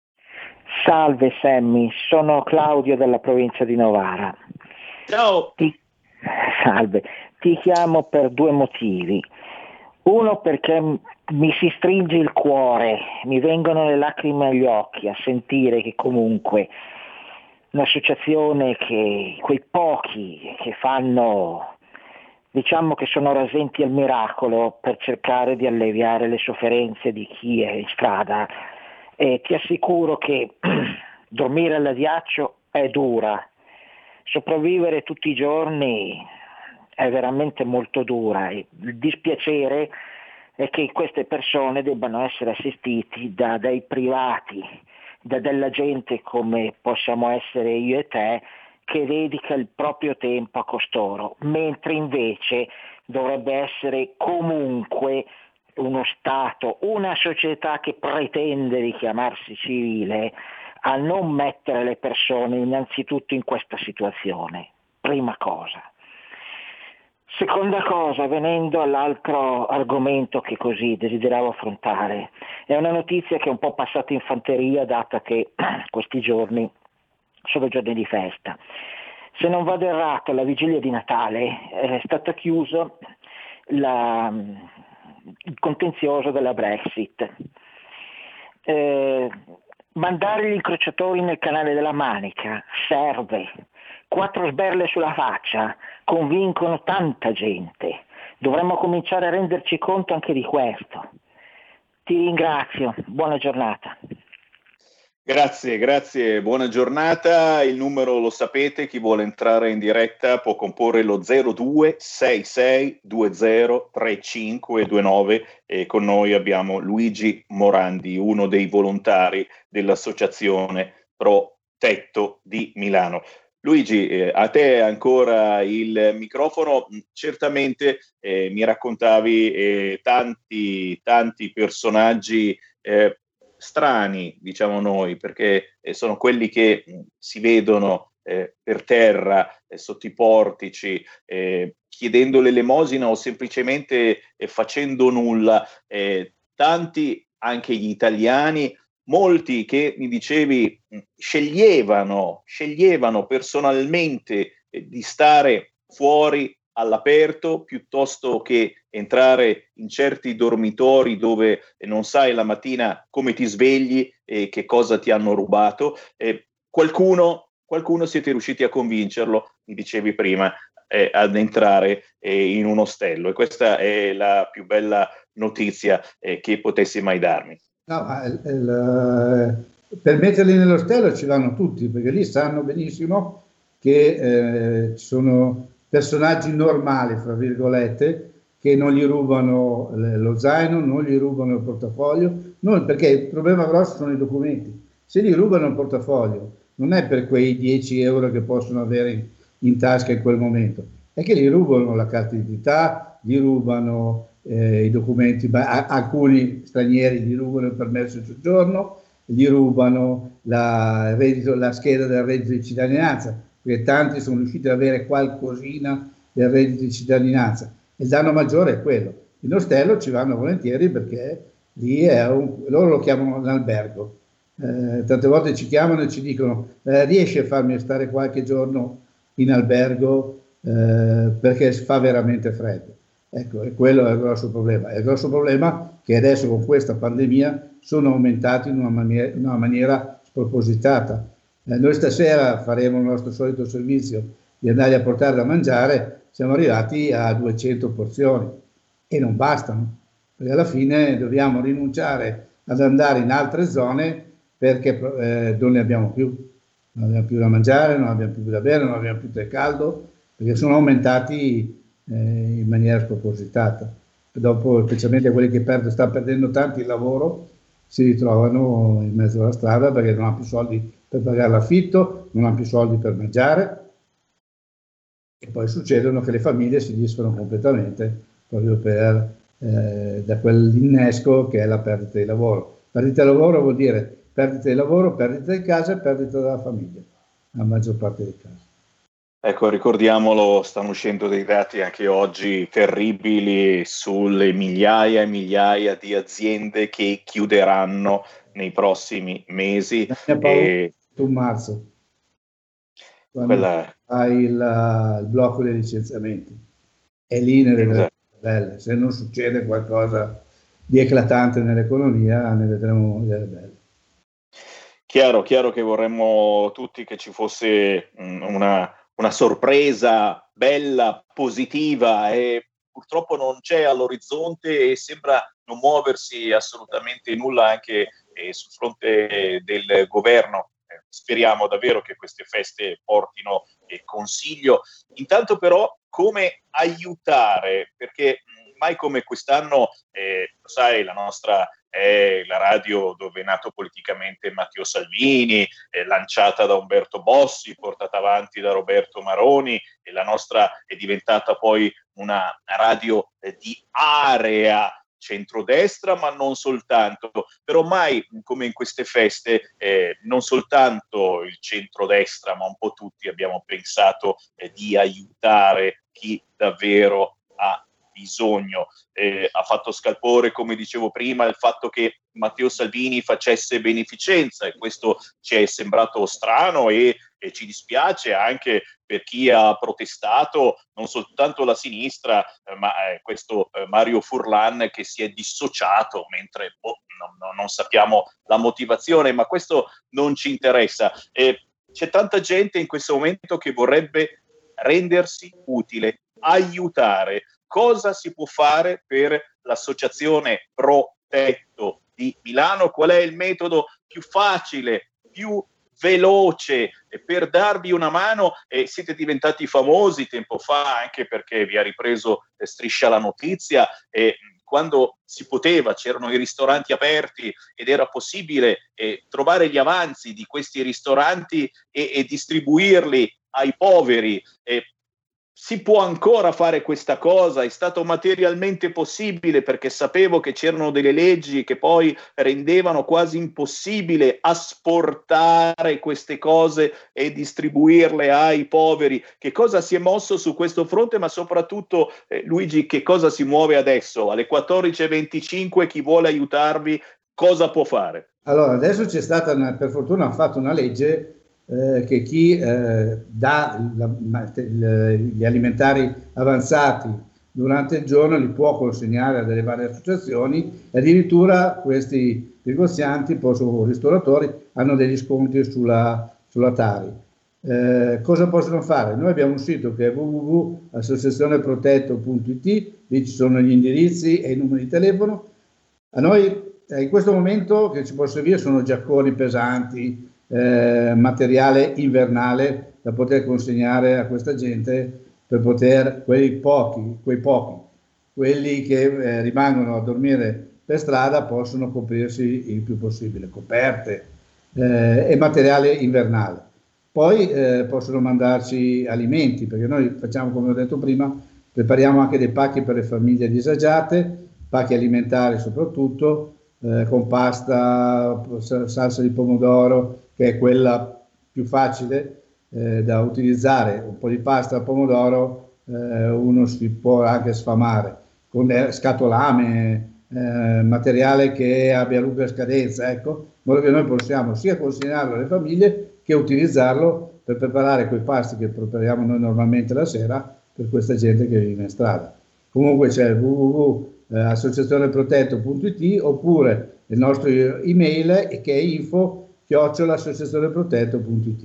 Salve Sammy, sono Claudio della provincia di Novara. Ciao. Ti... Salve, ti chiamo per due motivi. Uno perché mi si stringe il cuore, mi vengono le lacrime agli occhi a sentire che comunque un'associazione che quei pochi che fanno, diciamo che sono rasenti al miracolo per cercare di alleviare le sofferenze di chi è in strada, e ti assicuro che dormire all'addiaccio è dura, sopravvivere tutti i giorni è veramente molto dura. Il dispiacere è che queste persone debbano essere assistiti da dei privati, da della gente come possiamo essere io e te, che dedica il proprio tempo a costoro, mentre invece dovrebbe essere comunque uno Stato, una società che pretende di chiamarsi civile, a non mettere le persone innanzitutto in questa situazione. Prima cosa. Seconda cosa, venendo all'altro argomento che così desideravo affrontare, è una notizia che è un po' passata in fanteria, data che questi giorni sono giorni di festa. Se non vado errato, alla vigilia di Natale è stato chiuso la, il contenzioso della Brexit. Eh, mandare gli incrociatori nel canale della Manica serve, quattro sberle sulla faccia convincono tanta gente. Dovremmo cominciare a renderci conto anche di questo. Ti ringrazio, buona giornata. Grazie, grazie, buona giornata. Il numero lo sapete, chi vuole entrare in diretta può comporre lo zero due sei sei due zero tre cinque due nove e con noi abbiamo Luigi Morandi, uno dei volontari dell'associazione Pro Tetto di Milano. Luigi, eh, a te ancora il microfono. Certamente eh, mi raccontavi eh, tanti, tanti personaggi eh, strani, diciamo noi, perché eh, sono quelli che mh, si vedono eh, per terra, eh, sotto i portici, eh, chiedendo l'elemosina o semplicemente eh, facendo nulla. Eh, tanti, anche gli italiani, molti che mi dicevi mh, sceglievano, sceglievano personalmente eh, di stare fuori all'aperto piuttosto che entrare in certi dormitori dove non sai la mattina come ti svegli e che cosa ti hanno rubato. Eh, qualcuno, qualcuno siete riusciti a convincerlo, mi dicevi prima, eh, ad entrare eh, in un ostello, e questa è la più bella notizia eh, che potessi mai darmi. No, ma il, il, per metterli nell'ostello ci vanno tutti, perché lì sanno benissimo che eh, ci sono personaggi normali, fra virgolette, che non gli rubano lo zaino, non gli rubano il portafoglio, non, perché il problema grosso sono i documenti. Se gli rubano il portafoglio non è per quei dieci euro che possono avere in, in tasca in quel momento, è che gli rubano la carta d'identità, gli rubano eh, i documenti, a, alcuni stranieri gli rubano il permesso di soggiorno, gli rubano la, reddito, la scheda del reddito di cittadinanza, perché tanti sono riusciti ad avere qualcosina del reddito di cittadinanza. Il danno maggiore è quello. In ostello ci vanno volentieri perché lì è un, loro lo chiamano un albergo. Eh, tante volte ci chiamano e ci dicono eh, riesci a farmi stare qualche giorno in albergo eh, perché fa veramente freddo. Ecco, e quello è il grosso problema. È il grosso problema che adesso con questa pandemia sono aumentati in una maniera, in una maniera spropositata. Eh, noi stasera faremo il nostro solito servizio di andare a portare da mangiare, siamo arrivati a duecento porzioni e non bastano, perché alla fine dobbiamo rinunciare ad andare in altre zone perché eh, non ne abbiamo più, non abbiamo più da mangiare, non abbiamo più da bere, non abbiamo più del caldo, perché sono aumentati eh, in maniera spropositata. E dopo, specialmente quelli che perdono, stanno perdendo tanti il lavoro, si ritrovano in mezzo alla strada perché non hanno più soldi per pagare l'affitto, non hanno più soldi per mangiare, e poi succedono che le famiglie si disfano completamente proprio per, eh, da quell'innesco che è la perdita di lavoro. Perdita di lavoro vuol dire perdita di lavoro, perdita di casa e perdita della famiglia, la maggior parte dei casi. Ecco, ricordiamolo, stanno uscendo dei dati anche oggi terribili sulle migliaia e migliaia di aziende che chiuderanno nei prossimi mesi. E un marzo, quando quella... hai il, il blocco dei licenziamenti, e lì ne vedremo belle. Se non succede qualcosa di eclatante nell'economia, ne vedremo delle belle. Chiaro, chiaro che vorremmo tutti che ci fosse una, una sorpresa bella, positiva, e purtroppo non c'è all'orizzonte e sembra non muoversi assolutamente nulla anche eh, sul fronte del governo. Eh, speriamo davvero che queste feste portino eh, consiglio. Intanto però come aiutare, perché mai come quest'anno, eh, lo sai, la nostra è la radio dove è nato politicamente Matteo Salvini, eh, lanciata da Umberto Bossi, portata avanti da Roberto Maroni, e la nostra è diventata poi una radio eh, di area centrodestra, ma non soltanto. Però mai come in queste feste eh, non soltanto il centrodestra, ma un po' tutti abbiamo pensato eh, di aiutare chi davvero ha bisogno. Eh, ha fatto scalpore, come dicevo prima, il fatto che Matteo Salvini facesse beneficenza, e questo ci è sembrato strano e, e ci dispiace anche per chi ha protestato, non soltanto la sinistra, eh, ma eh, questo eh, Mario Furlan che si è dissociato, mentre boh, non, non, non sappiamo la motivazione, ma questo non ci interessa. Eh, c'è tanta gente in questo momento che vorrebbe rendersi utile, aiutare. Cosa si può fare per l'associazione Protetto di Milano? Qual è il metodo più facile, più veloce per darvi una mano? E siete diventati famosi tempo fa anche perché vi ha ripreso eh, Striscia la Notizia, e quando si poteva, c'erano i ristoranti aperti ed era possibile eh, trovare gli avanzi di questi ristoranti e, e distribuirli ai poveri. Eh, si può ancora fare questa cosa? È stato materialmente possibile, perché sapevo che c'erano delle leggi che poi rendevano quasi impossibile asportare queste cose e distribuirle ai poveri. Che cosa si è mosso su questo fronte? Ma soprattutto, eh, Luigi, che cosa si muove adesso? Alle quattordici e venticinque chi vuole aiutarvi cosa può fare? Allora, adesso c'è stata, una, per fortuna ha fatto una legge Eh, che chi eh, dà la, la, gli alimentari avanzati durante il giorno li può consegnare a delle varie associazioni, e addirittura questi negozianti, possono, ristoratori, hanno degli sconti sulla, sulla Tari. Eh, cosa possono fare? Noi abbiamo un sito che è w w w punto associazione protetto punto i t, lì ci sono gli indirizzi e i numeri di telefono. A noi eh, in questo momento che ci può servire sono giacconi pesanti, Eh, materiale invernale da poter consegnare a questa gente, per poter, quei pochi, quei pochi, quelli che eh, rimangono a dormire per strada possono coprirsi il più possibile, coperte eh, e materiale invernale. Poi eh, possono mandarci alimenti, perché noi facciamo, come ho detto prima, prepariamo anche dei pacchi per le famiglie disagiate, pacchi alimentari soprattutto, eh, con pasta, salsa di pomodoro, che è quella più facile eh, da utilizzare. Un po' di pasta al pomodoro eh, uno si può anche sfamare, con scatolame, eh, materiale che abbia lunga scadenza, ecco, in modo che noi possiamo sia consegnarlo alle famiglie che utilizzarlo per preparare quei pasti che prepariamo noi normalmente la sera per questa gente che vive in strada. Comunque c'è w w w punto associazione protetto punto i t oppure il nostro email che è info chiocciola associazione protetto punto i t.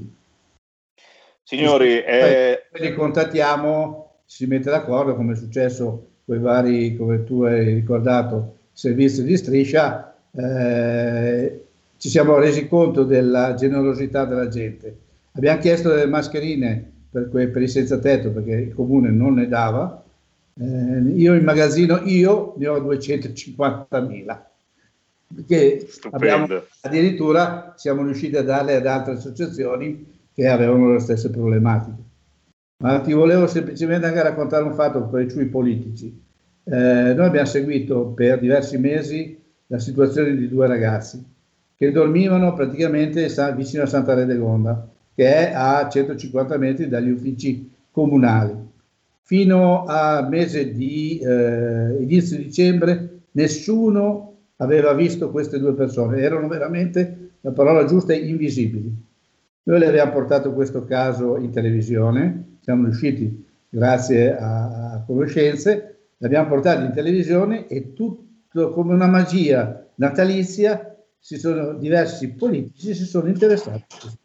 Signori, eh... li contattiamo, si mette d'accordo, come è successo con i vari, come tu hai ricordato, servizi di Striscia. Eh, ci siamo resi conto della generosità della gente. Abbiamo chiesto delle mascherine per, quei, per i senza tetto, perché il comune non ne dava. Eh, io in magazzino, io ne ho duecentocinquantamila. Perché abbiamo, addirittura siamo riusciti a darle ad altre associazioni che avevano le stesse problematiche. Ma ti volevo semplicemente anche raccontare un fatto per sui politici. Eh, noi abbiamo seguito per diversi mesi la situazione di due ragazzi che dormivano praticamente vicino a Santa Radegonda, che è a centocinquanta metri dagli uffici comunali. Fino al mese di eh, inizio dicembre nessuno aveva visto queste due persone, erano veramente, la parola giusta, invisibili. Noi le abbiamo portato questo caso in televisione, siamo riusciti, grazie a, a conoscenze, l'abbiamo portato in televisione e tutto come una magia natalizia, si sono, diversi politici si sono interessati.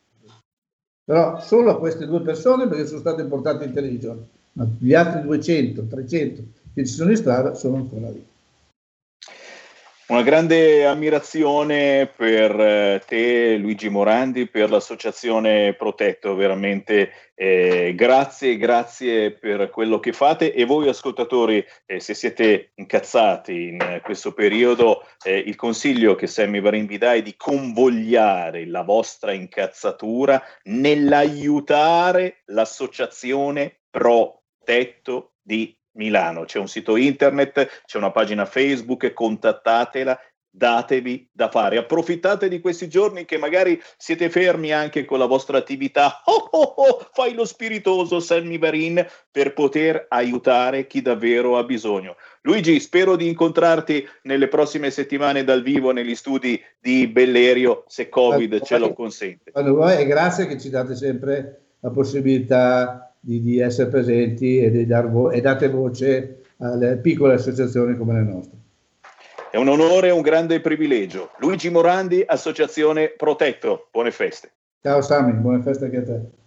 Però solo a queste due persone, perché sono state portate in televisione, ma gli altri duecento, trecento che ci sono in strada sono ancora lì. Una grande ammirazione per te, Luigi Morandi, per l'associazione Protetto, veramente eh, grazie, grazie per quello che fate. E voi ascoltatori, eh, se siete incazzati in questo periodo, eh, il consiglio che Sammy Varin vi dà è di convogliare la vostra incazzatura nell'aiutare l'associazione Protetto di Milano. C'è un sito internet, c'è una pagina Facebook, contattatela, datevi da fare, approfittate di questi giorni che magari siete fermi anche con la vostra attività. Oh, oh, oh, fai lo spiritoso, Sammy Varin, per poter aiutare chi davvero ha bisogno. Luigi, spero di incontrarti nelle prossime settimane dal vivo negli studi di Bellerio, se Covid quando ce vuoi, lo consente. Quando vuoi, e grazie che ci date sempre la possibilità Di, di essere presenti e, di dar vo- e date voce alle piccole associazioni come le nostre. È un onore e un grande privilegio. Luigi Morandi, Associazione Protetto. Buone feste. Ciao Sami, buone feste anche a te.